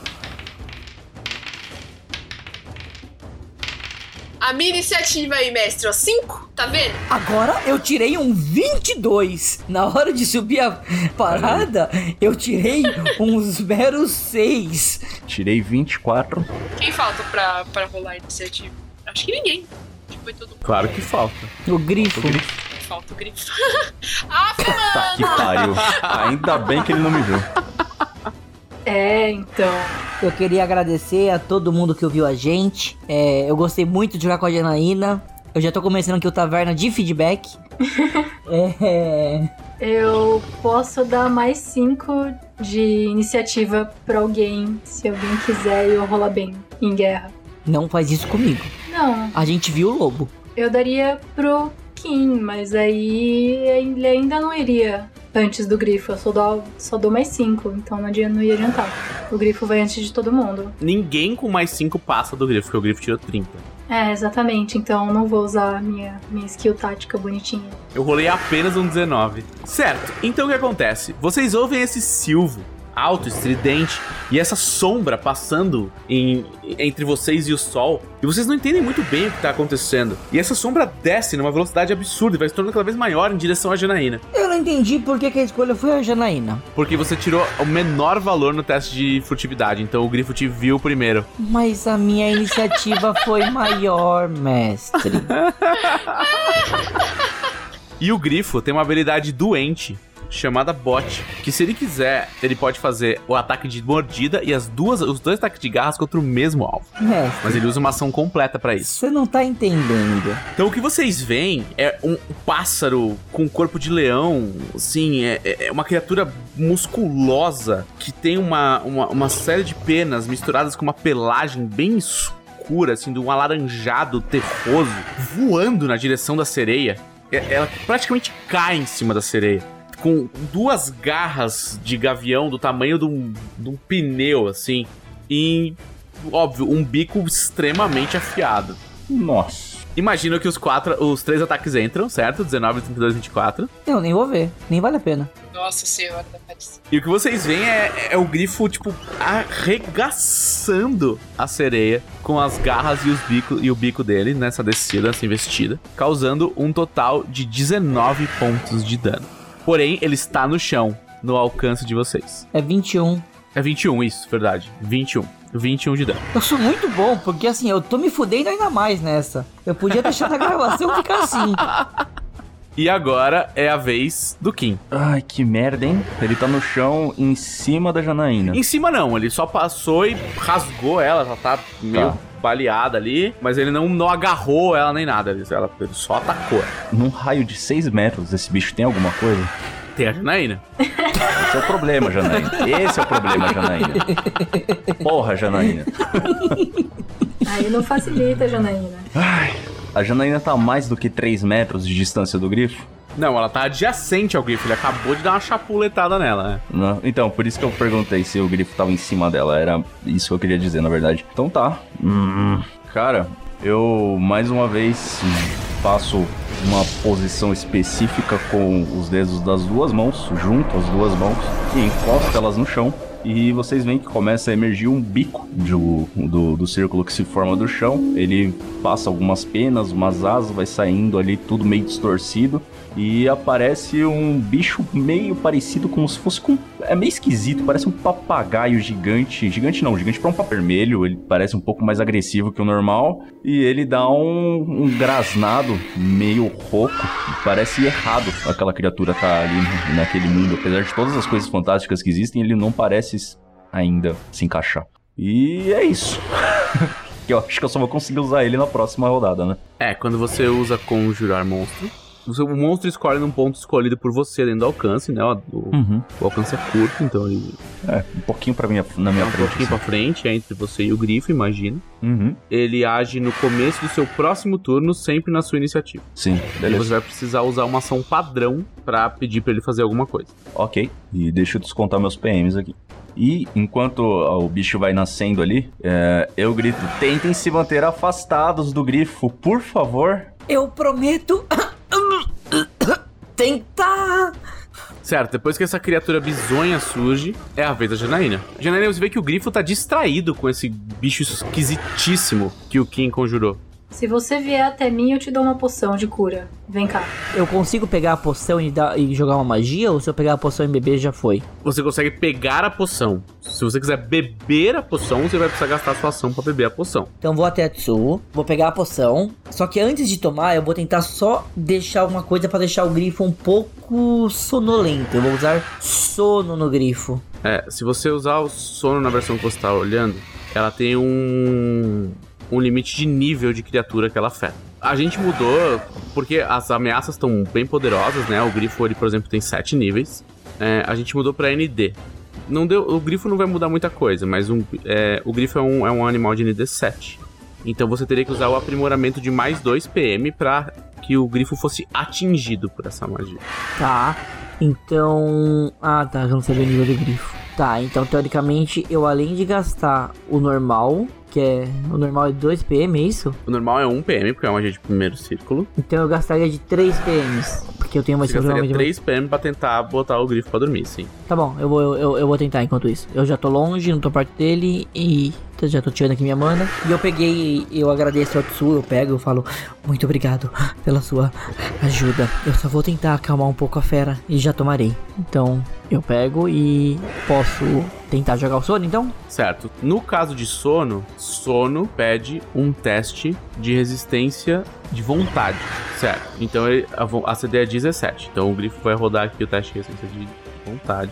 A minha iniciativa aí, mestre, ó, 5, tá vendo? Agora eu tirei um 22. Na hora de subir a parada, eu tirei uns meros 6. Tirei 24. Quem falta pra rolar a iniciativa? Acho que ninguém. Acho que foi todo mundo. Claro que falta. O grifo. Falta o grifo. Ah, Tá que pariu. Ainda bem que ele não me viu. Então. Eu queria agradecer a todo mundo que ouviu a gente. Eu gostei muito de jogar com a Janaína. Eu já tô começando aqui o Taverna de Feedback. Eu posso dar mais 5 de iniciativa pra alguém, se alguém quiser e eu rolar bem em guerra. Não faz isso comigo. Não, A gente viu o lobo. eu daria pro Kim, mas aí ele ainda não iria antes do grifo. Eu só dou mais 5, então não ia adiantar. O grifo vai antes de todo mundo. Ninguém com mais 5 passa do grifo, porque o grifo tirou 30. Exatamente, então não vou usar a minha skill tática bonitinha. Eu rolei apenas um 19. Certo, então o que acontece? Vocês ouvem esse silvo alto, estridente, e essa sombra passando entre vocês e o sol, e vocês não entendem muito bem o que tá acontecendo. E essa sombra desce numa velocidade absurda e vai se tornando cada vez maior em direção à Janaína. Eu não entendi por que a escolha foi a Janaína. Porque você tirou o menor valor no teste de furtividade, então o grifo te viu primeiro. Mas a minha iniciativa foi maior, mestre. E o grifo tem uma habilidade doente chamada Bot, que se ele quiser, ele pode fazer o ataque de mordida e os dois ataques de garras contra o mesmo alvo. Mestre, Mas ele usa uma ação completa pra isso. você não tá entendendo. Então o que vocês veem é um pássaro com corpo de leão, assim, é uma criatura musculosa que tem uma série de penas misturadas com uma pelagem bem escura, assim, de um alaranjado terroso, voando na direção da sereia. Ela praticamente cai em cima da sereia, com duas garras de gavião do tamanho de um pneu, assim, e, óbvio, um bico extremamente afiado. Nossa. Imagina que os 3 ataques entram, certo? 19, 32, 24. Eu nem vou ver, nem vale a pena. Nossa senhora da Paris. E o que vocês veem é o grifo, tipo, arregaçando a sereia com as garras e o bico dele nessa descida, nessa investida, causando um total de 19 pontos de dano. Porém, ele está no chão, no alcance de vocês. É 21. É 21, isso, verdade. 21 de dano. Eu sou muito bom, porque assim, eu tô me fudendo ainda mais nessa. Eu podia deixar na gravação ficar assim. E agora é a vez do Kim. Ai, que merda, hein? Ele tá no chão, em cima da Janaína. Em cima não, ele só passou e rasgou ela, ela tá meio baleada ali, mas ele não agarrou ela nem nada, ele só atacou. Num raio de 6 metros, esse bicho tem alguma coisa? Tem a Janaína. Esse é o problema, Janaína. Esse é o problema, Janaína. Porra, Janaína. Aí não facilita, Janaína. Ai, a Janaína tá a mais do que 3 metros de distância do grifo? Não, ela tá adjacente ao grifo, ele acabou de dar uma chapuletada nela, né? Não, então, por isso que eu perguntei se o grifo tava em cima dela. Era isso que eu queria dizer, na verdade. Então tá. Cara, eu mais uma vez faço uma posição específica com os dedos das duas mãos, junto às duas mãos, e encosto elas no chão. E vocês veem que começa a emergir um bico do círculo que se forma do chão. Ele passa algumas penas, umas asas, vai saindo ali, tudo meio distorcido. E aparece um bicho meio parecido como se fosse é meio esquisito, parece um papagaio gigante. Gigante pra um papo vermelho. Ele parece um pouco mais agressivo que o normal. E ele dá um grasnado meio rouco. Parece errado aquela criatura tá ali naquele mundo. Apesar de todas as coisas fantásticas que existem, ele não parece ainda se encaixar. E é isso. Eu acho que eu só vou conseguir usar ele na próxima rodada, né? Quando você usa Conjurar Monstro, o monstro escolhe num ponto escolhido por você dentro do alcance, né? O alcance é curto, então ele... um pouquinho na minha frente. Um pouquinho pra frente, é entre você e o grifo, imagina. Ele age no começo do seu próximo turno, sempre na sua iniciativa. Sim, beleza. E você vai precisar usar uma ação padrão pra pedir pra ele fazer alguma coisa. Ok, e deixa eu descontar meus PMs aqui. E enquanto o bicho vai nascendo ali, eu grito: tentem se manter afastados do grifo, por favor. Eu prometo tentar. Certo, depois que essa criatura bizonha surge, é a vez da Janaína. Janaína, você vê que o grifo tá distraído com esse bicho esquisitíssimo que o Kim conjurou. Se você vier até mim, eu te dou uma poção de cura. Vem cá. Eu consigo pegar a poção e jogar uma magia? Ou se eu pegar a poção e beber, já foi? Você consegue pegar a poção. Se você quiser beber a poção, você vai precisar gastar a sua ação pra beber a poção. Então vou até a Tsu, vou pegar a poção. Só que antes de tomar, eu vou tentar só deixar alguma coisa pra deixar o grifo um pouco sonolento. Eu vou usar sono no grifo. Se você usar o sono na versão que você tá olhando, ela tem um limite de nível de criatura que ela afeta. A gente mudou porque as ameaças estão bem poderosas, né? O grifo, ele, por exemplo, tem 7 níveis. A gente mudou pra ND. O grifo não vai mudar muita coisa, mas o grifo é um animal de ND 7. Então você teria que usar o aprimoramento de mais 2 PM pra que o grifo fosse atingido por essa magia. Tá, então... eu não sabia o nível do grifo. Tá, então teoricamente eu, além de gastar o normal, o normal é 2 PM, é isso? O normal é 1 PM, porque é uma magia de primeiro círculo. Então eu gastaria de 3 PMs. porque eu tenho uma Você gastaria extremamente... 3 PM pra tentar botar o grifo pra dormir, sim. Tá bom, eu vou tentar enquanto isso. Eu já tô longe, não tô perto dele e já tô tirando aqui minha mana. E eu agradeço ao Tsu, eu falo, muito obrigado pela sua ajuda. Eu só vou tentar acalmar um pouco a fera e já tomarei. Então, eu pego e posso tentar jogar o sono, então? Certo. No caso de sono pede um teste de resistência de vontade, certo? Então a CD é 17. Então o grifo vai rodar aqui o teste de resistência de vontade.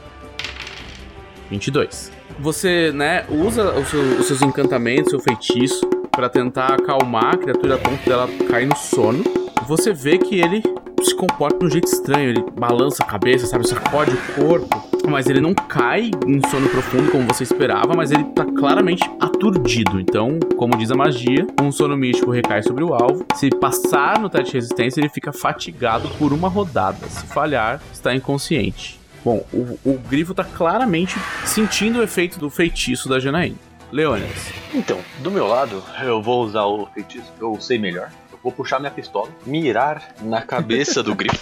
22. Você, né, usa os seus encantamentos, seu feitiço, pra tentar acalmar a criatura a ponto dela cair no sono. Você vê que ele se comporta de um jeito estranho. Ele balança a cabeça, sabe? Sacode o corpo. Mas ele não cai em sono profundo como você esperava, mas ele tá claramente aturdido. Então, como diz a magia, um sono místico recai sobre o alvo. Se passar no teste de resistência, ele fica fatigado por uma rodada. Se falhar, está inconsciente. Bom, o grifo tá claramente sentindo o efeito do feitiço da Janaína. Leônidas. Então, do meu lado, eu vou usar o feitiço que eu sei melhor. Eu vou puxar minha pistola, mirar na cabeça do grifo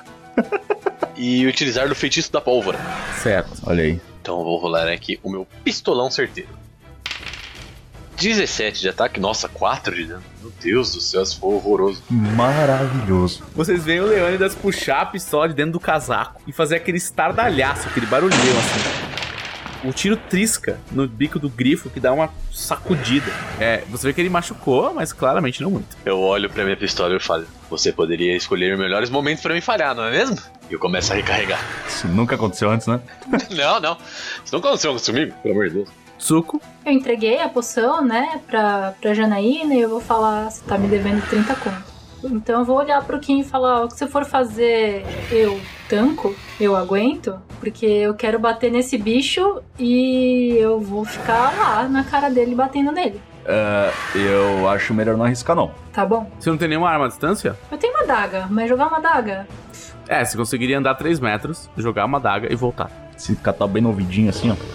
e utilizar o feitiço da pólvora. Certo. Olha aí. Então eu vou rolar aqui o meu pistolão certeiro. 17 de ataque, nossa, 4 de dano. Meu Deus do céu, isso foi horroroso. Maravilhoso. Vocês veem o Leônidas puxar a pistola de dentro do casaco e fazer aquele estardalhaço, aquele barulhão assim. O tiro trisca no bico do grifo que dá uma sacudida. Você vê que ele machucou, mas claramente não muito. Eu olho pra minha pistola e falo, você poderia escolher os melhores momentos pra me falhar, não é mesmo? E eu começo a recarregar. Isso nunca aconteceu antes, né? Não. Isso não aconteceu comigo, pelo amor de Deus. Tsuko. Eu entreguei a poção, né, pra Janaína e eu vou falar, você tá me devendo 30 conto. Então eu vou olhar pro Kim e falar, o que você for fazer, eu tanco, eu aguento, porque eu quero bater nesse bicho e eu vou ficar lá na cara dele batendo nele. Eu acho melhor não arriscar, não. Tá bom? Você não tem nenhuma arma à distância? Eu tenho uma adaga, mas jogar uma adaga... Você conseguiria andar 3 metros, jogar uma adaga e voltar. Se catar bem no ouvidinho assim, ó.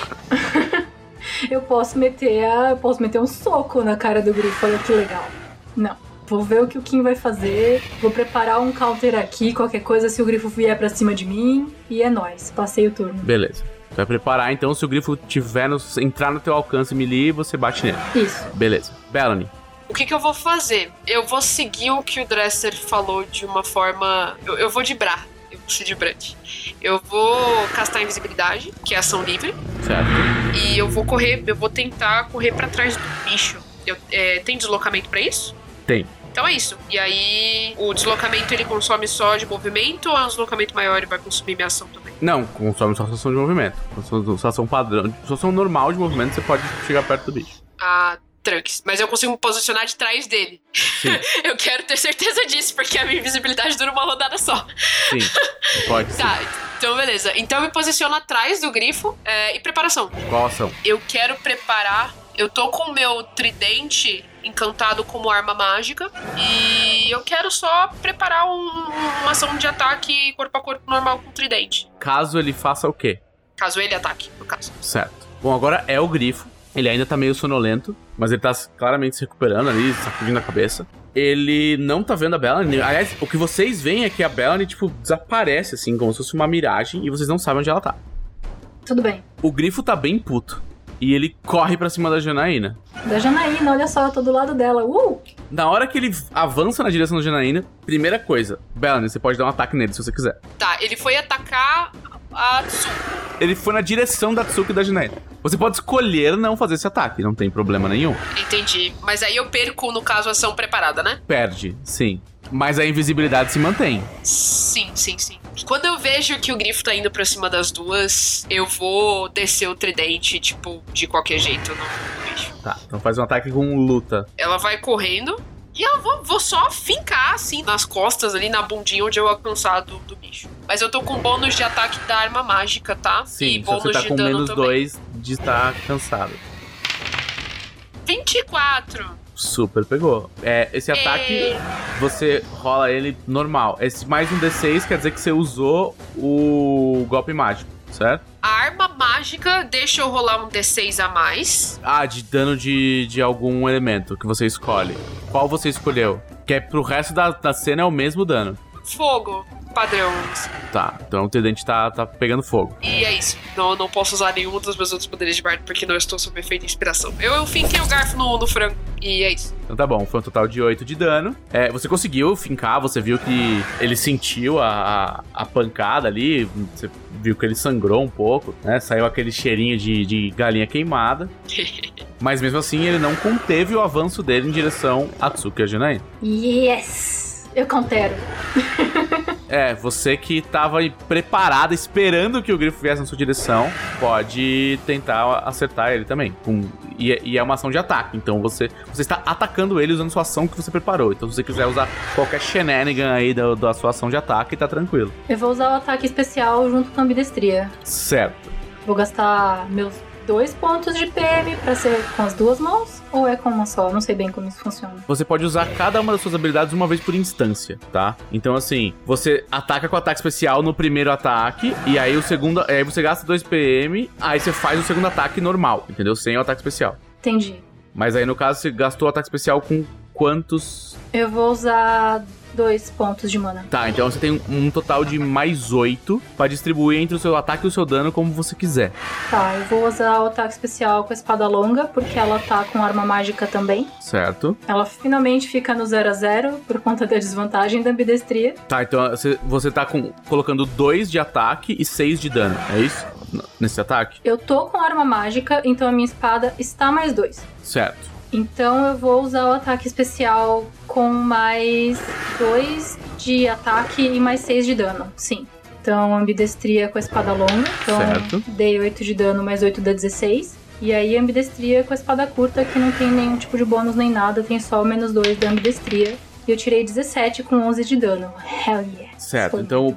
Eu posso meter um soco na cara do grifo, olha que legal. Não, vou ver o que o Kim vai fazer, vou preparar um counter aqui, qualquer coisa se o grifo vier pra cima de mim, e é nóis, passei o turno. Beleza. Você vai preparar, então, se o grifo entrar no teu alcance melee, você bate nele. Isso. Beleza. Bellany. O que eu vou fazer? Eu vou seguir o que o Dresser falou de uma forma... Eu vou dibrar. Eu vou ser dibrante. Eu vou castar invisibilidade, que é ação livre. Certo. E eu vou tentar correr pra trás do bicho. Tem deslocamento pra isso? Tem. Então é isso. E aí, o deslocamento ele consome só de movimento ou é um deslocamento maior e vai consumir minha ação também? Não, consome só a ação de movimento. Só ação padrão. Só ação normal de movimento, você pode chegar perto do bicho. Ah, Trunks. Mas eu consigo me posicionar de trás dele. Sim. Eu quero ter certeza disso, porque a minha invisibilidade dura uma rodada só. Sim, pode ser. Tá, então beleza. Então eu me posiciono atrás do grifo e preparação. Qual ação? Eu quero preparar... Eu tô com o meu tridente encantado como arma mágica e eu quero só preparar uma ação de ataque corpo a corpo normal com o tridente. Caso ele faça o quê? Caso ele ataque, no caso. Certo. Bom, agora é o grifo. Ele ainda tá meio sonolento, mas ele tá claramente se recuperando ali, sacudindo a cabeça. Ele não tá vendo a Bellany. Aliás, o que vocês veem é que a Bellany, tipo, desaparece, assim, como se fosse uma miragem, e vocês não sabem onde ela tá. Tudo bem. O grifo tá bem puto. E ele corre pra cima da Janaína. Da Janaína, olha só, eu tô do lado dela. Na hora que ele avança na direção da Janaína, primeira coisa, Bellany, você pode dar um ataque nele se você quiser. Tá, ele foi atacar a Tsuko. Ele foi na direção da Tsuko e da Janaína. Você pode escolher não fazer esse ataque, não tem problema nenhum. Entendi. Mas aí eu perco, no caso, a ação preparada, né? Perde, sim. Mas a invisibilidade se mantém. Sim. Quando eu vejo que o grifo tá indo pra cima das duas, eu vou descer o tridente, tipo, de qualquer jeito no bicho. Tá, então faz um ataque com luta. Ela vai correndo e eu vou só fincar, assim, nas costas, ali na bundinha onde eu alcançar do bicho. Mas eu tô com bônus de ataque da arma mágica, tá? Sim, e bônus você tá de com dano menos também. 2 de estar cansado. 24. Super pegou. Esse ataque, você rola ele normal. Esse mais um D6 quer dizer que você usou o golpe mágico, certo? A arma mágica deixa eu rolar um D6 a mais. Ah, de dano de algum elemento que você escolhe. Qual você escolheu? Que é pro resto da cena é o mesmo dano. fogo padrão. Tá, então o tridente tá pegando fogo. E é isso. Não posso usar nenhum dos meus outros poderes de bardo porque não estou sob efeito de inspiração. Eu finquei o garfo no frango. E é isso. Então tá bom, foi um total de 8 de dano. Você conseguiu fincar, você viu que ele sentiu a pancada ali, você viu que ele sangrou um pouco, né? Saiu aquele cheirinho de galinha queimada. Mas mesmo assim, ele não conteve o avanço dele em direção a Tsuki e a Janaína. Yes! Eu contero. Você que tava aí preparada, esperando que o grifo viesse na sua direção, pode tentar acertar ele também. E é uma ação de ataque, então você está atacando ele usando sua ação que você preparou. Então se você quiser usar qualquer shenanigan aí da sua ação de ataque, tá tranquilo. Eu vou usar o ataque especial junto com a ambidestria. Certo. Vou gastar meus 2 pontos de PM pra ser com as duas mãos ou é com uma só? Não sei bem como isso funciona. Você pode usar cada uma das suas habilidades uma vez por instância, tá? Então assim, você ataca com o ataque especial no primeiro ataque e aí aí você gasta 2 PM, aí você faz o segundo ataque normal, entendeu? Sem o ataque especial. Entendi. Mas aí no caso você gastou o ataque especial com quantos? Eu vou usar 2 pontos de mana. Tá, então você tem um total de mais 8 pra distribuir entre o seu ataque e o seu dano como você quiser. Tá, eu vou usar o ataque especial com a espada longa, porque ela tá com arma mágica também. Certo. Ela finalmente fica no 0/0 por conta da desvantagem da ambidestria. Tá, então você tá colocando 2 de ataque e 6 de dano, é isso? Nesse ataque? Eu tô com arma mágica, então a minha espada está mais 2. Certo. Então eu vou usar o ataque especial com mais 2 de ataque e mais 6 de dano, sim. Então ambidestria com a espada longa, então certo. Dei 8 de dano, mais 8 dá 16. E aí ambidestria com a espada curta, que não tem nenhum tipo de bônus nem nada, tem só o menos 2 da ambidestria. E eu tirei 17 com 11 de dano. Hell yeah. Certo, Foi então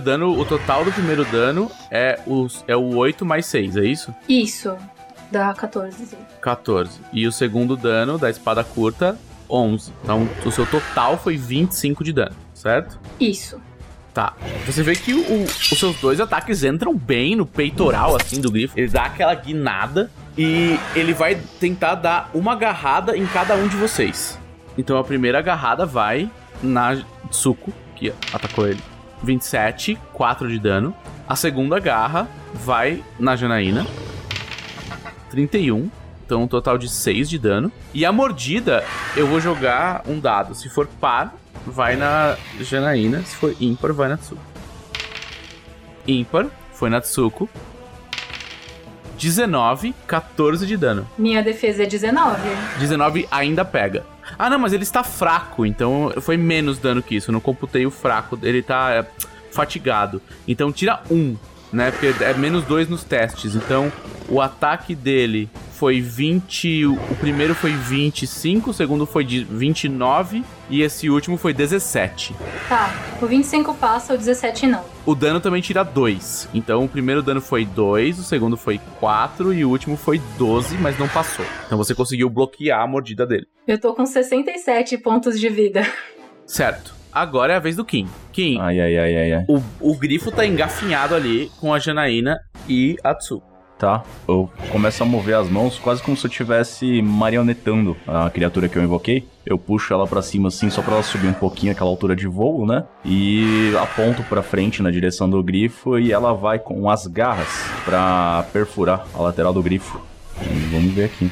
o total do primeiro dano é o 8 mais 6, é isso? Isso. Dá 14, sim. 14. E o segundo dano da espada curta, 11. Então, o seu total foi 25 de dano, certo? Isso. Tá. Você vê que os seus 2 ataques entram bem no peitoral, assim, do grifo. Ele dá aquela guinada e ele vai tentar dar uma agarrada em cada um de vocês. Então, a primeira agarrada vai na Tsuko, que atacou ele. 27, 4 de dano. A segunda garra vai na Janaína. 31, então um total de 6 de dano. E a mordida, eu vou jogar um dado. Se for par, vai na Janaína. Se for ímpar, vai na Tsuko. Ímpar, foi na Tsuko. 19, 14 de dano. Minha defesa é 19. 19 ainda pega. Ah, não, mas ele está fraco, então foi menos dano que isso. Eu não computei o fraco, ele tá fatigado. Então tira 1. Né, porque é menos 2 nos testes. Então, o ataque dele foi 20... O primeiro foi 25, o segundo foi 29 e esse último foi 17. Tá, o 25 passa, o 17 não. O dano também tira 2. Então, o primeiro dano foi 2, o segundo foi 4 e o último foi 12, mas não passou. Então, você conseguiu bloquear a mordida dele. Eu tô com 67 pontos de vida. Certo. Agora é a vez do Kim. Kim, Ai. o grifo tá engafinhado ali com a Janaína e a Tsuko. Tá, eu começo a mover as mãos quase como se eu estivesse marionetando a criatura que eu invoquei. Eu puxo ela pra cima assim, só pra ela subir um pouquinho aquela altura de voo, né? E aponto pra frente na direção do grifo e ela vai com as garras pra perfurar a lateral do grifo. Vamos ver aqui.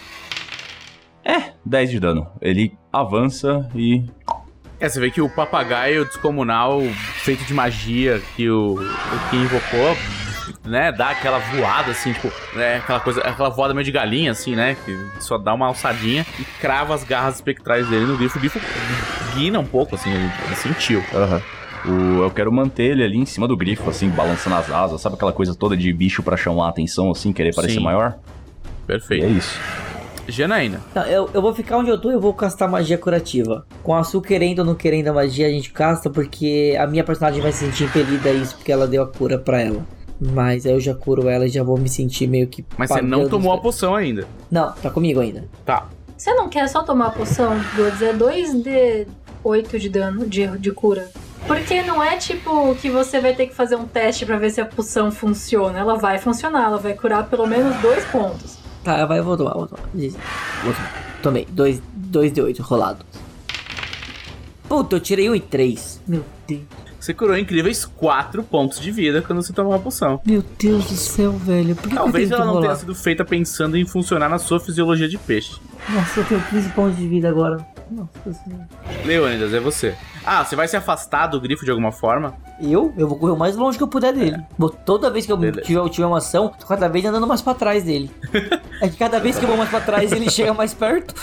10 de dano. Ele avança e... Você vê que o papagaio descomunal feito de magia que o Kim invocou, né, dá aquela voada assim, tipo, né, aquela voada meio de galinha assim, né, que só dá uma alçadinha e crava as garras espectrais dele no grifo. O grifo guina um pouco assim, ele sentiu. Eu quero manter ele ali em cima do grifo, assim, balançando as asas, sabe aquela coisa toda de bicho pra chamar a atenção, assim, querer parecer maior? Perfeito. E é isso. Janaína. Tá, eu vou ficar onde eu tô e eu vou castar magia curativa. Com a Su querendo ou não querendo a magia, a gente casta porque a minha personagem vai se sentir impelida a isso, porque ela deu a cura pra ela. Mas aí eu já curo ela e já vou me sentir meio que... Mas você não tomou a poção ainda. Não, tá comigo ainda. Tá. Você não quer só tomar a poção, Godz? É 2d8 de dano, de cura. Porque não é tipo que você vai ter que fazer um teste pra ver se a poção funciona. Ela vai funcionar, ela vai curar pelo menos 2 pontos. Tá, eu vou tomar. Tomei, 2d8 rolado. Puta, eu tirei 1 e 3. Meu Deus. Você curou incríveis 4 pontos de vida quando você tomou a poção. Meu Deus do céu, velho. Por que Talvez eu ela não rolar? tenha sido feita pensando em funcionar na sua fisiologia de peixe. Nossa, eu tenho 15 pontos de vida agora. Nossa senhora. Leônidas, é você. Você vai se afastar do grifo de alguma forma? Eu vou correr o mais longe que eu puder dele. Toda vez que eu tiver uma ação, tô cada vez andando mais pra trás dele. É que cada vez que eu vou mais pra trás, ele chega mais perto.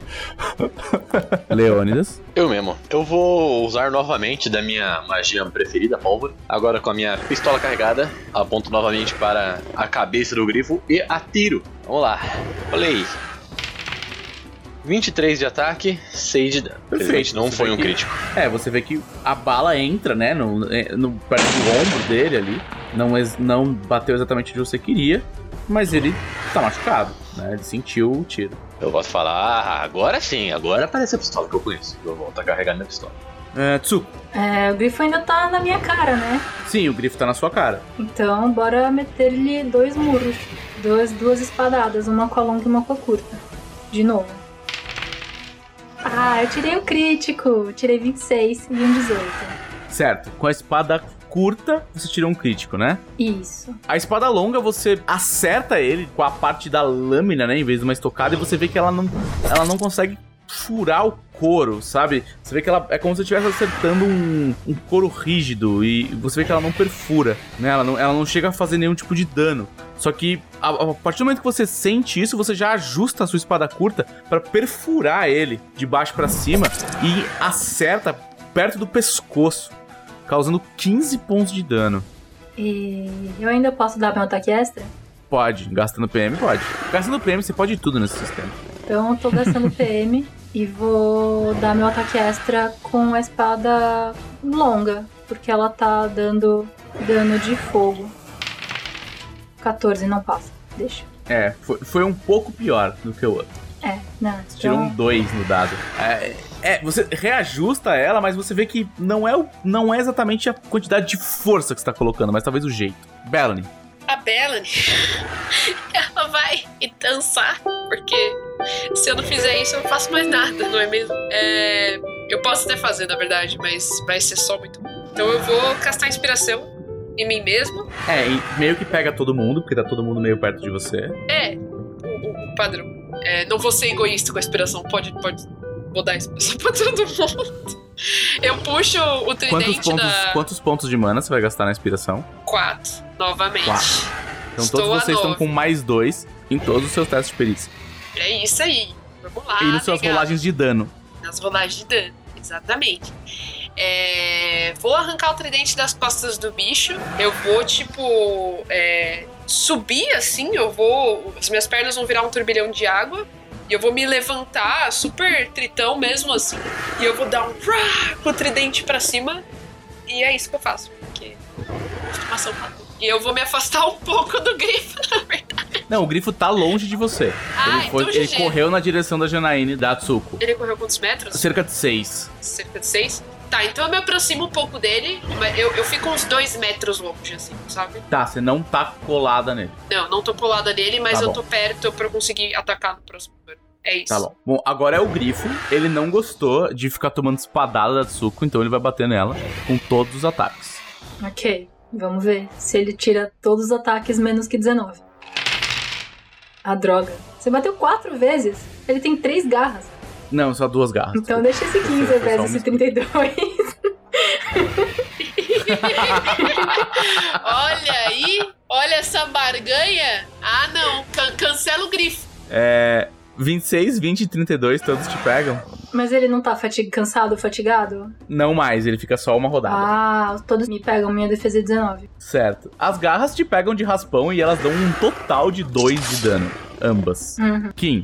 Leônidas. Eu mesmo. Eu vou usar novamente da minha magia preferida, pólvora. Agora com a minha pistola carregada, aponto novamente para a cabeça do grifo e atiro. Vamos lá. Olhei. 23 de ataque, 6 de dano. Infelizmente não foi um crítico. Você vê que a bala entra, né, no perto do ombro dele ali. Não bateu exatamente onde você queria, mas ele tá machucado, né? Ele sentiu o tiro. Eu posso falar, agora sim, agora aparece a pistola que eu conheço. Eu vou estar carregando minha pistola. Tsuko. O grifo ainda tá na minha cara, né? Sim, o grifo tá na sua cara. Então, bora meter-lhe 2 muros. Duas espadadas, uma com a longa e uma com a curta. De novo. Eu tirei o crítico. Tirei 26 e um 18. Certo. Com a espada curta, você tirou um crítico, né? Isso. A espada longa, você acerta ele com a parte da lâmina, né? Em vez de uma estocada, e você vê que ela não consegue furar o couro, sabe? Você vê que ela é como se estivesse acertando um couro rígido, e você vê que ela não perfura, né? Ela não chega a fazer nenhum tipo de dano. Só que a partir do momento que você sente isso, você já ajusta a sua espada curta pra perfurar ele de baixo pra cima e acerta perto do pescoço, causando 15 pontos de dano. E eu ainda posso dar meu ataque extra? Pode, gastando PM, pode. Gastando PM, você pode tudo nesse sistema. Então eu tô gastando PM e vou dar meu ataque extra com a espada longa, porque ela tá dando dano de fogo. 14, não passa. Deixa. Foi um pouco pior do que o outro. Não. Você tirou um 2 no dado. Você reajusta ela, mas você vê que não é exatamente a quantidade de força que você tá colocando, mas talvez o jeito. Bellany. A Bellany, ela vai dançar, porque se eu não fizer isso, eu não faço mais nada, não é mesmo? Eu posso até fazer, na verdade, mas vai ser só muito bom. Então eu vou castar inspiração em mim mesmo. E meio que pega todo mundo, porque tá todo mundo meio perto de você. O padrão. Não vou ser egoísta com a inspiração, pode. Vou dar inspiração pra todo mundo. Eu puxo o tridente Quantos pontos de mana você vai gastar na inspiração? 4, novamente. 4. Então Estou todos vocês a 9. estão com mais 2 em todos os seus testes de perícia. É isso aí. Vamos lá. E nas suas rolagens de dano. Nas rolagens de dano, exatamente. Vou arrancar o tridente das costas do bicho. Eu vou, subir assim. As minhas pernas vão virar um turbilhão de água. E eu vou me levantar, super tritão mesmo assim. E eu vou dar um com o tridente pra cima. E é isso que eu faço. Porque costumação pra tudo. E eu vou me afastar um pouco do grifo, na verdade. Não, o grifo tá longe de você. Ele correu na direção da Janaína e da Tsuko. Ele correu quantos metros? Cerca de 6. Cerca de 6? Tá, então eu me aproximo um pouco dele, mas eu fico uns 2 metros longe, assim, sabe? Tá, você não tá colada nele. Não tô colada nele, mas Tá eu bom. tô perto pra conseguir atacar no próximo turno. É isso. Tá bom. Bom, agora é o grifo. Ele não gostou de ficar tomando espadada da Tsuko, então ele vai bater nela com todos os ataques. Ok, vamos ver se ele tira todos os ataques menos que 19. Droga. Você bateu 4 vezes. Ele tem 3 garras. Não, só 2 garras. Então deixa esse 15 ao invés desse 32. Olha aí, olha essa barganha. Não, cancela o grifo. 26, 20 e 32, todos te pegam? Mas ele não tá cansado, fatigado? Não mais, ele fica só uma rodada. Todos me pegam, minha defesa é 19. Certo. As garras te pegam de raspão e elas dão um total de 2 de dano. Ambas. Kim.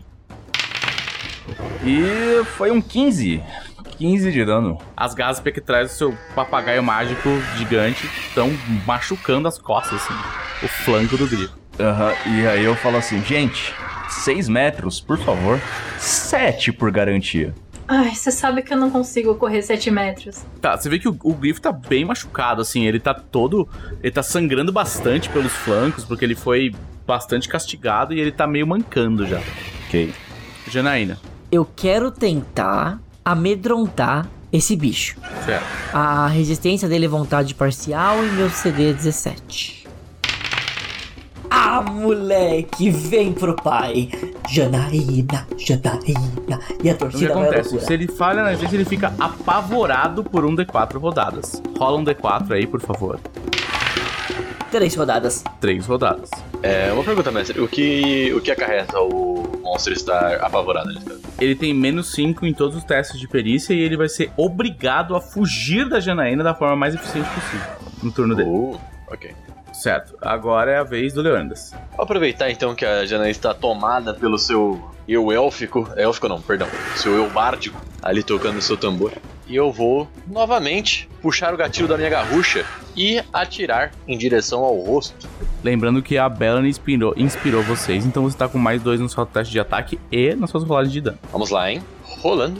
E foi um 15. 15 de dano. As garras espectrais do seu papagaio mágico gigante estão machucando as costas, assim. O flanco do grifo. E aí eu falo assim, gente, 6 metros, por favor. 7 por garantia. Ai, você sabe que eu não consigo correr 7 metros. Tá, você vê que o grifo tá bem machucado, assim. Ele tá sangrando bastante pelos flancos, porque ele foi bastante castigado e ele tá meio mancando já. Ok. Janaína. Eu quero tentar amedrontar esse bicho. Certo. A resistência dele é vontade parcial e meu CD é 17. Ah, moleque, vem pro pai. Janaína. E a O que torcida vai acontece? loucura. Se ele falha na resistência, ele fica apavorado por um D4 rodadas. Rola um D4 aí, por favor. 3 rodadas. 3 rodadas. Uma pergunta, mestre. O que acarreta o monstro estar apavorado? Ele tem menos 5 em todos os testes de perícia e ele vai ser obrigado a fugir da Janaína da forma mais eficiente possível no turno dele. Ok. Certo. Agora é a vez do Leônidas. Vou aproveitar então que a Janaína está tomada pelo seu eu élfico. Élfico não, perdão. Seu eu bárdico ali tocando o seu tambor. E eu vou novamente puxar o gatilho da minha garrucha e atirar em direção ao rosto. Lembrando que a Bellany inspirou vocês, então você tá com mais 2 no seu teste de ataque e nas suas rolagens de dano. Vamos lá, hein? Rolando.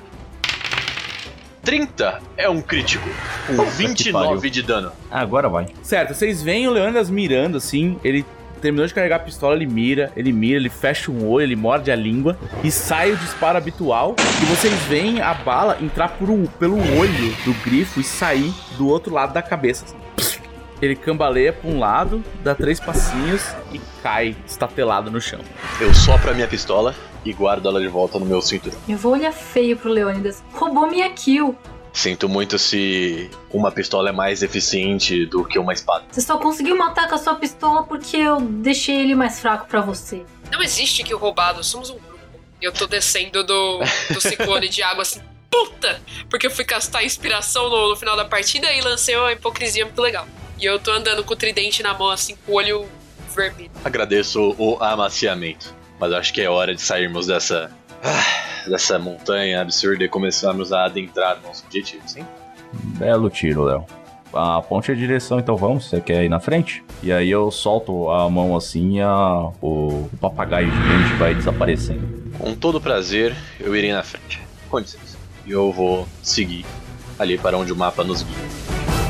30 é um crítico, com 29 de dano. Agora vai. Certo, vocês veem o Leônidas mirando assim, ele terminou de carregar a pistola, ele mira, ele fecha um olho, ele morde a língua e sai o disparo habitual. E vocês veem a bala entrar pelo olho do grifo e sair do outro lado da cabeça. Ele cambaleia pra um lado, dá 3 passinhos e cai estatelado no chão. Eu sopro a minha pistola e guardo ela de volta no meu cinturão. Eu vou olhar feio pro Leônidas. Roubou minha kill. Sinto muito se uma pistola é mais eficiente do que uma espada. Você só conseguiu matar com a sua pistola porque eu deixei ele mais fraco pra você. Não existe kill roubado, somos um grupo. Eu tô descendo do ciclone de água assim, puta! Porque eu fui castar inspiração no final da partida e lancei uma hipocrisia muito legal. E eu tô andando com o tridente na mão, assim, com o olho vermelho. Agradeço o amaciamento, mas acho que é hora de sairmos dessa montanha absurda e começarmos a adentrar nossos objetivos, hein? Belo tiro, Léo. Aponte a direção, então vamos. Você quer ir na frente? E aí eu solto a mão assim e o papagaio gigante vai desaparecendo. Com todo prazer, eu irei na frente. Com licença. E eu vou seguir ali para onde o mapa nos guia.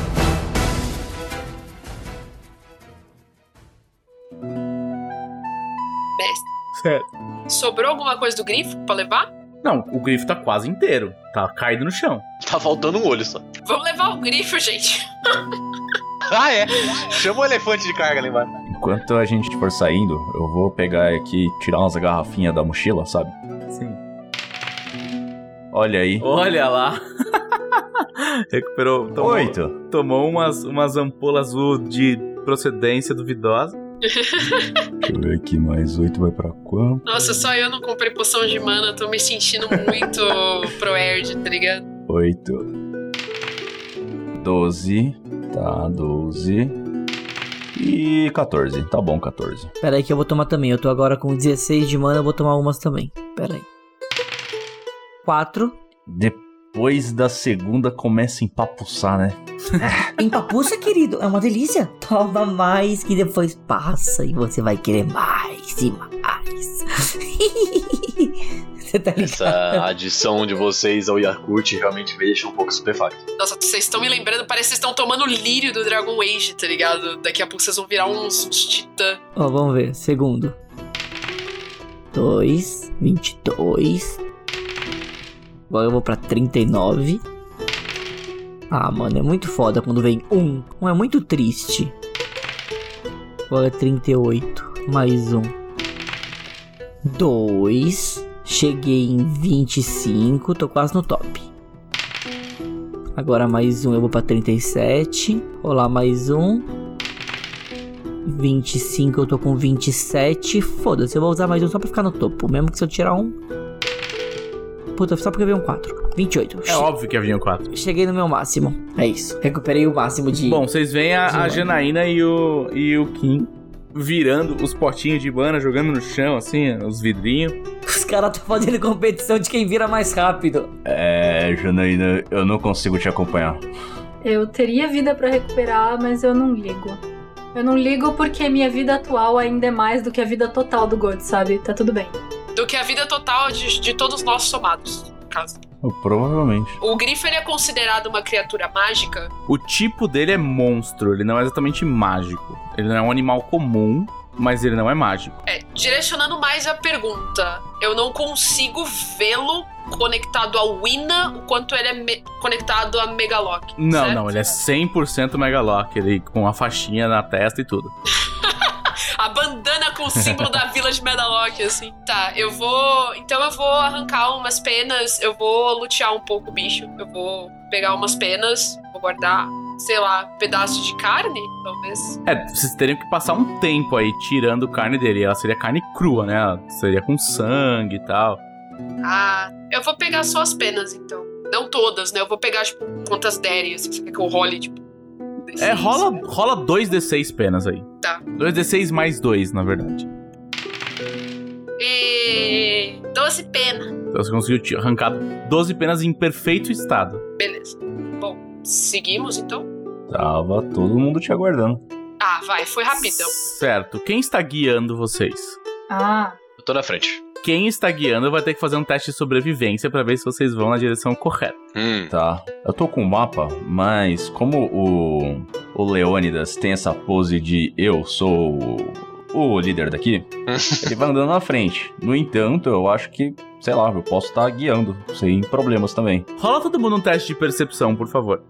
Mestre, Certo. sobrou alguma coisa do grifo pra levar? Não, o grifo tá quase inteiro. Tá caído no chão. Tá faltando um olho só. Vamos levar o grifo, gente. Ah, é? Chama o elefante de carga lá embaixo. Enquanto a gente for saindo, eu vou pegar aqui e tirar umas garrafinhas da mochila, sabe? Sim. Olha aí. Olha lá. Recuperou. 8. Tomou umas ampolas azul de procedência duvidosa. Deixa eu ver aqui, mais 8 vai pra quanto? Nossa, só eu não comprei poção de mana, tô me sentindo muito pro Erd, tá ligado? 8. 12. Tá, 12. E 14. Tá bom, 14. Pera aí que eu vou tomar também. Eu tô agora com 16 de mana, eu vou tomar umas também. Pera aí. 4. Depois da segunda começa a empapuçar, né? Empapuça, querido. É uma delícia. Toma mais que depois passa e você vai querer mais e mais. Você tá ligado? Essa adição de vocês ao Yakult realmente me deixa um pouco estupefacto. Nossa, vocês estão me lembrando, parece que vocês estão tomando lírio do Dragon Age, tá ligado? Daqui a pouco vocês vão virar uns titã. Ó, vamos ver. Segundo. 2. 22. Agora eu vou pra 39. Ah, mano, é muito foda quando vem 1. 1 é muito triste. Agora é 38. Mais 1. 2. Cheguei em 25. Tô quase no top. Agora mais 1. Eu vou pra 37. Rolar mais 1. 25. Eu tô com 27. Foda-se, eu vou usar mais 1 só pra ficar no topo. Mesmo que se eu tirar 1. Puta, só porque veio um 4. 28. É óbvio que havia um 4. Cheguei no meu máximo. É isso. Recuperei o máximo de... Bom, vocês veem a Janaína e o Kim virando os potinhos de mana, jogando no chão, assim, os vidrinhos. Os caras estão fazendo competição de quem vira mais rápido. Janaína, eu não consigo te acompanhar. Eu teria vida pra recuperar, mas eu não ligo. Eu não ligo porque minha vida atual ainda é mais do que a vida total do God, sabe? Tá tudo bem. Do que a vida total de todos nós somados, no caso. Provavelmente. O grifo, ele é considerado uma criatura mágica? O tipo dele é monstro, ele não é exatamente mágico. Ele não é um animal comum, mas ele não é mágico. Direcionando mais a pergunta, eu não consigo vê-lo conectado ao Wina, o quanto ele é conectado a Megalock. Não, certo? não, ele é 100% Megalock, ele com a faixinha na testa e tudo. A bandana com o símbolo da vila de Megalock, assim. Tá, eu vou arrancar umas penas, eu vou lutear um pouco o bicho. Eu vou pegar umas penas, vou guardar, sei lá, pedaço de carne, talvez. Vocês teriam que passar um tempo aí tirando carne dele. Ela seria carne crua, né? Ela seria com sangue e tal. Ah, eu vou pegar só as penas, então. Não todas, né? Eu vou pegar, tipo, quantas derem, assim, você quer que eu role, tipo... rola 2d6 penas aí. Tá. 2d6 mais 2, na verdade. E... 12 penas. Então você conseguiu arrancar 12 penas em perfeito estado. Beleza. Bom, seguimos, então? Tava todo mundo te aguardando. Ah, vai, foi rapidão. Certo. Quem está guiando vocês? Eu tô na frente. Quem está guiando vai ter que fazer um teste de sobrevivência pra ver se vocês vão na direção correta. Tá, eu tô com o mapa, mas como o Leônidas tem essa pose de eu sou o líder daqui, ele vai andando na frente. No entanto, eu acho que, sei lá, eu posso estar guiando, sem problemas também. Rola todo mundo um teste de percepção, por favor.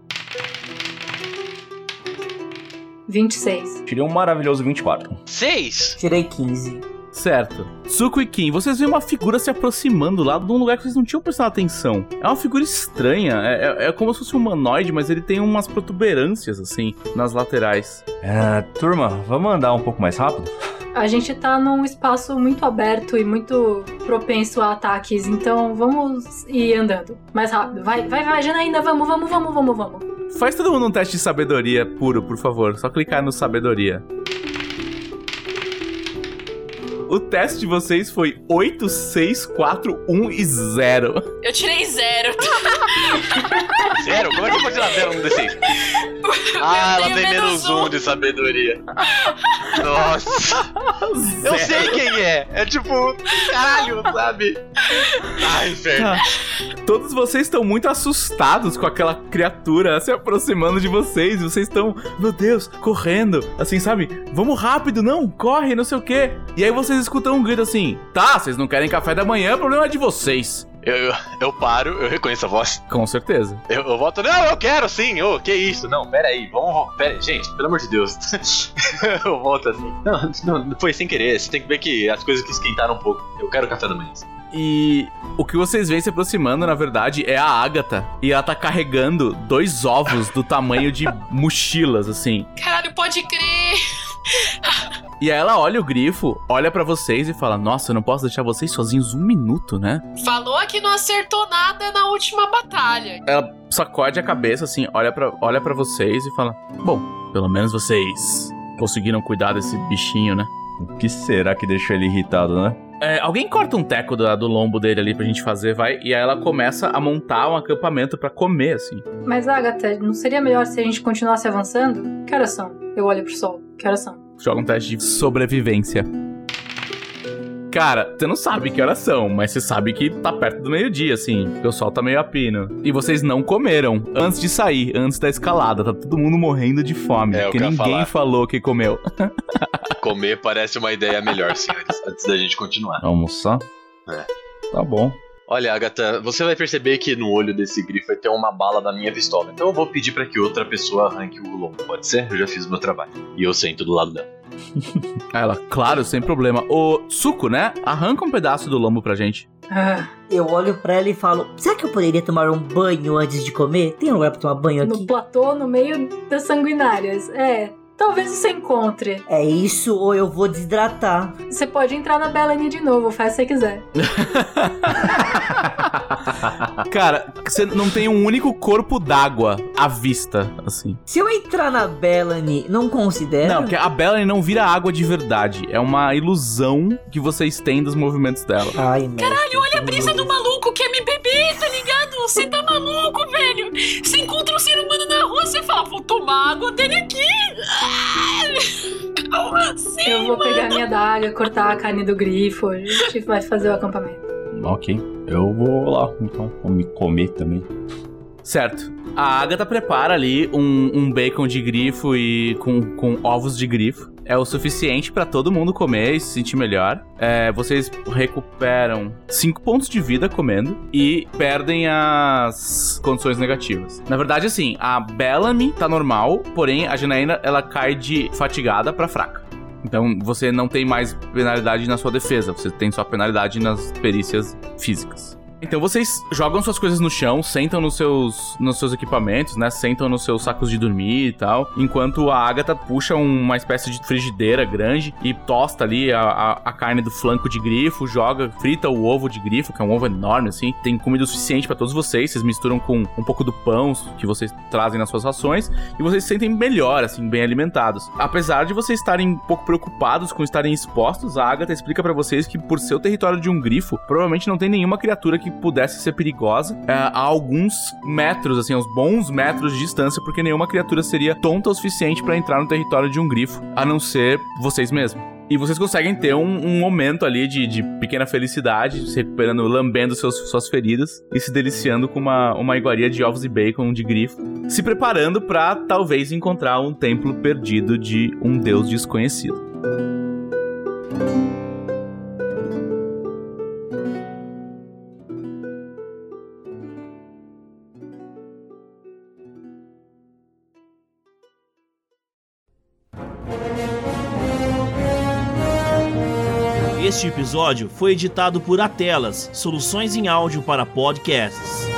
26. Tirei um maravilhoso 24. 6! Tirei 15. Certo. Tsuko e Kim, vocês veem uma figura se aproximando lá de um lugar que vocês não tinham prestado atenção. É uma figura estranha, é como se fosse um humanoide, mas ele tem umas protuberâncias, assim, nas laterais. Turma, vamos andar um pouco mais rápido? A gente tá num espaço muito aberto e muito propenso a ataques, então vamos ir andando mais rápido. Vai, Janaína, vamos. Faz todo mundo um teste de sabedoria puro, por favor. Só clicar no sabedoria. O teste de vocês foi 8, 6, 4, 1 e 0. Eu tirei 0. Sério? Como é que eu vou tirar 0 no D6? Ela tem menos 1 de sabedoria. Nossa. Eu sei quem é. É tipo, caralho, sabe? Ai, inferno. Todos vocês estão muito assustados com aquela criatura se aproximando de vocês. Vocês estão, meu Deus, correndo. Assim, sabe? Vamos rápido, não, corre, não sei o quê. E aí vocês escutam um grito assim: tá, vocês não querem café da manhã, o problema é de vocês. Eu paro, eu reconheço a voz. Com certeza. Eu volto, não, eu quero sim, que isso? Não, pera aí, gente, pelo amor de Deus. Eu volto assim, não, foi sem querer, você tem que ver que as coisas que esquentaram um pouco. Eu quero café da manhã. E o que vocês veem se aproximando, na verdade, é a Agatha. E ela tá carregando 2 ovos do tamanho de mochilas, assim. Caralho, pode crer. E aí ela olha o grifo, olha pra vocês e fala: nossa, eu não posso deixar vocês sozinhos um minuto, né? Falou que não acertou nada na última batalha. Ela sacode a cabeça assim, olha pra vocês e fala: bom, pelo menos vocês conseguiram cuidar desse bichinho, né? O que será que deixou ele irritado, né? Alguém corta um teco do lombo dele ali pra gente fazer, vai? E aí ela começa a montar um acampamento pra comer, assim. Mas, Agatha, não seria melhor se a gente continuasse avançando? Que horas são? Eu olho pro sol. Que horas são? Joga um teste de sobrevivência. Cara, você não sabe que horas são, mas você sabe que tá perto do meio-dia, assim, porque o sol tá meio a pino. E vocês não comeram antes de sair, antes da escalada. Tá todo mundo morrendo de fome, porque ninguém falou que comeu. Comer parece uma ideia melhor, senhores, antes da gente continuar. Almoçar? Tá bom. Olha, Agatha, você vai perceber que no olho desse grifo vai ter uma bala da minha pistola. Então eu vou pedir pra que outra pessoa arranque o lombo, pode ser? Eu já fiz o meu trabalho. E eu sento do lado dela. Ela, claro, sem problema. Ô, Tsuko, né? Arranca um pedaço do lombo pra gente. Eu olho pra ela e falo: será que eu poderia tomar um banho antes de comer? Tem lugar pra tomar banho aqui? No platô, no meio das sanguinárias. Talvez você encontre. É isso, ou eu vou desidratar. Você pode entrar na Bellany de novo, faz se você quiser. Cara, você não tem um único corpo d'água à vista, assim. Se eu entrar na Bellany, não considera? Não, porque a Bellany não vira água de verdade. É uma ilusão que vocês têm dos movimentos dela. Ai, caralho, olha a brisa do maluco, quer me beber, tá ligado? Você tá maluco, velho. Você encontra um ser humano na rua, você fala: vou tomar água dele aqui. Como assim, eu vou pegar a minha adaga, cortar a carne do grifo. A gente vai fazer o acampamento. Ok, eu vou lá, então, vou me comer também. Certo. A Agatha prepara ali um bacon de grifo e com ovos de grifo. é o suficiente pra todo mundo comer e se sentir melhor. Vocês recuperam 5 pontos de vida comendo e perdem as condições negativas. Na verdade, assim, a Bellamy tá normal, porém a Janaína, ela cai de fatigada pra fraca. Então você não tem mais penalidade na sua defesa, você tem só penalidade nas perícias físicas. Então vocês jogam suas coisas no chão, sentam nos seus equipamentos, né? Sentam nos seus sacos de dormir e tal. Enquanto a Agatha puxa uma espécie de frigideira grande e tosta ali a carne do flanco de grifo, frita o ovo de grifo, que é um ovo enorme, assim. Tem comida o suficiente pra todos vocês. Vocês misturam com um pouco do pão que vocês trazem nas suas rações e vocês se sentem melhor, assim, bem alimentados. Apesar de vocês estarem um pouco preocupados com estarem expostos, a Agatha explica pra vocês que por ser o território de um grifo, provavelmente não tem nenhuma criatura que pudesse ser perigosa a alguns metros, assim, uns bons metros de distância, porque nenhuma criatura seria tonta o suficiente pra entrar no território de um grifo, a não ser vocês mesmos. E vocês conseguem ter um momento ali de pequena felicidade, se recuperando, lambendo suas feridas e se deliciando com uma iguaria de ovos e bacon de grifo, se preparando pra talvez encontrar um templo perdido de um deus desconhecido. Este episódio foi editado por Atelas, soluções em áudio para podcasts.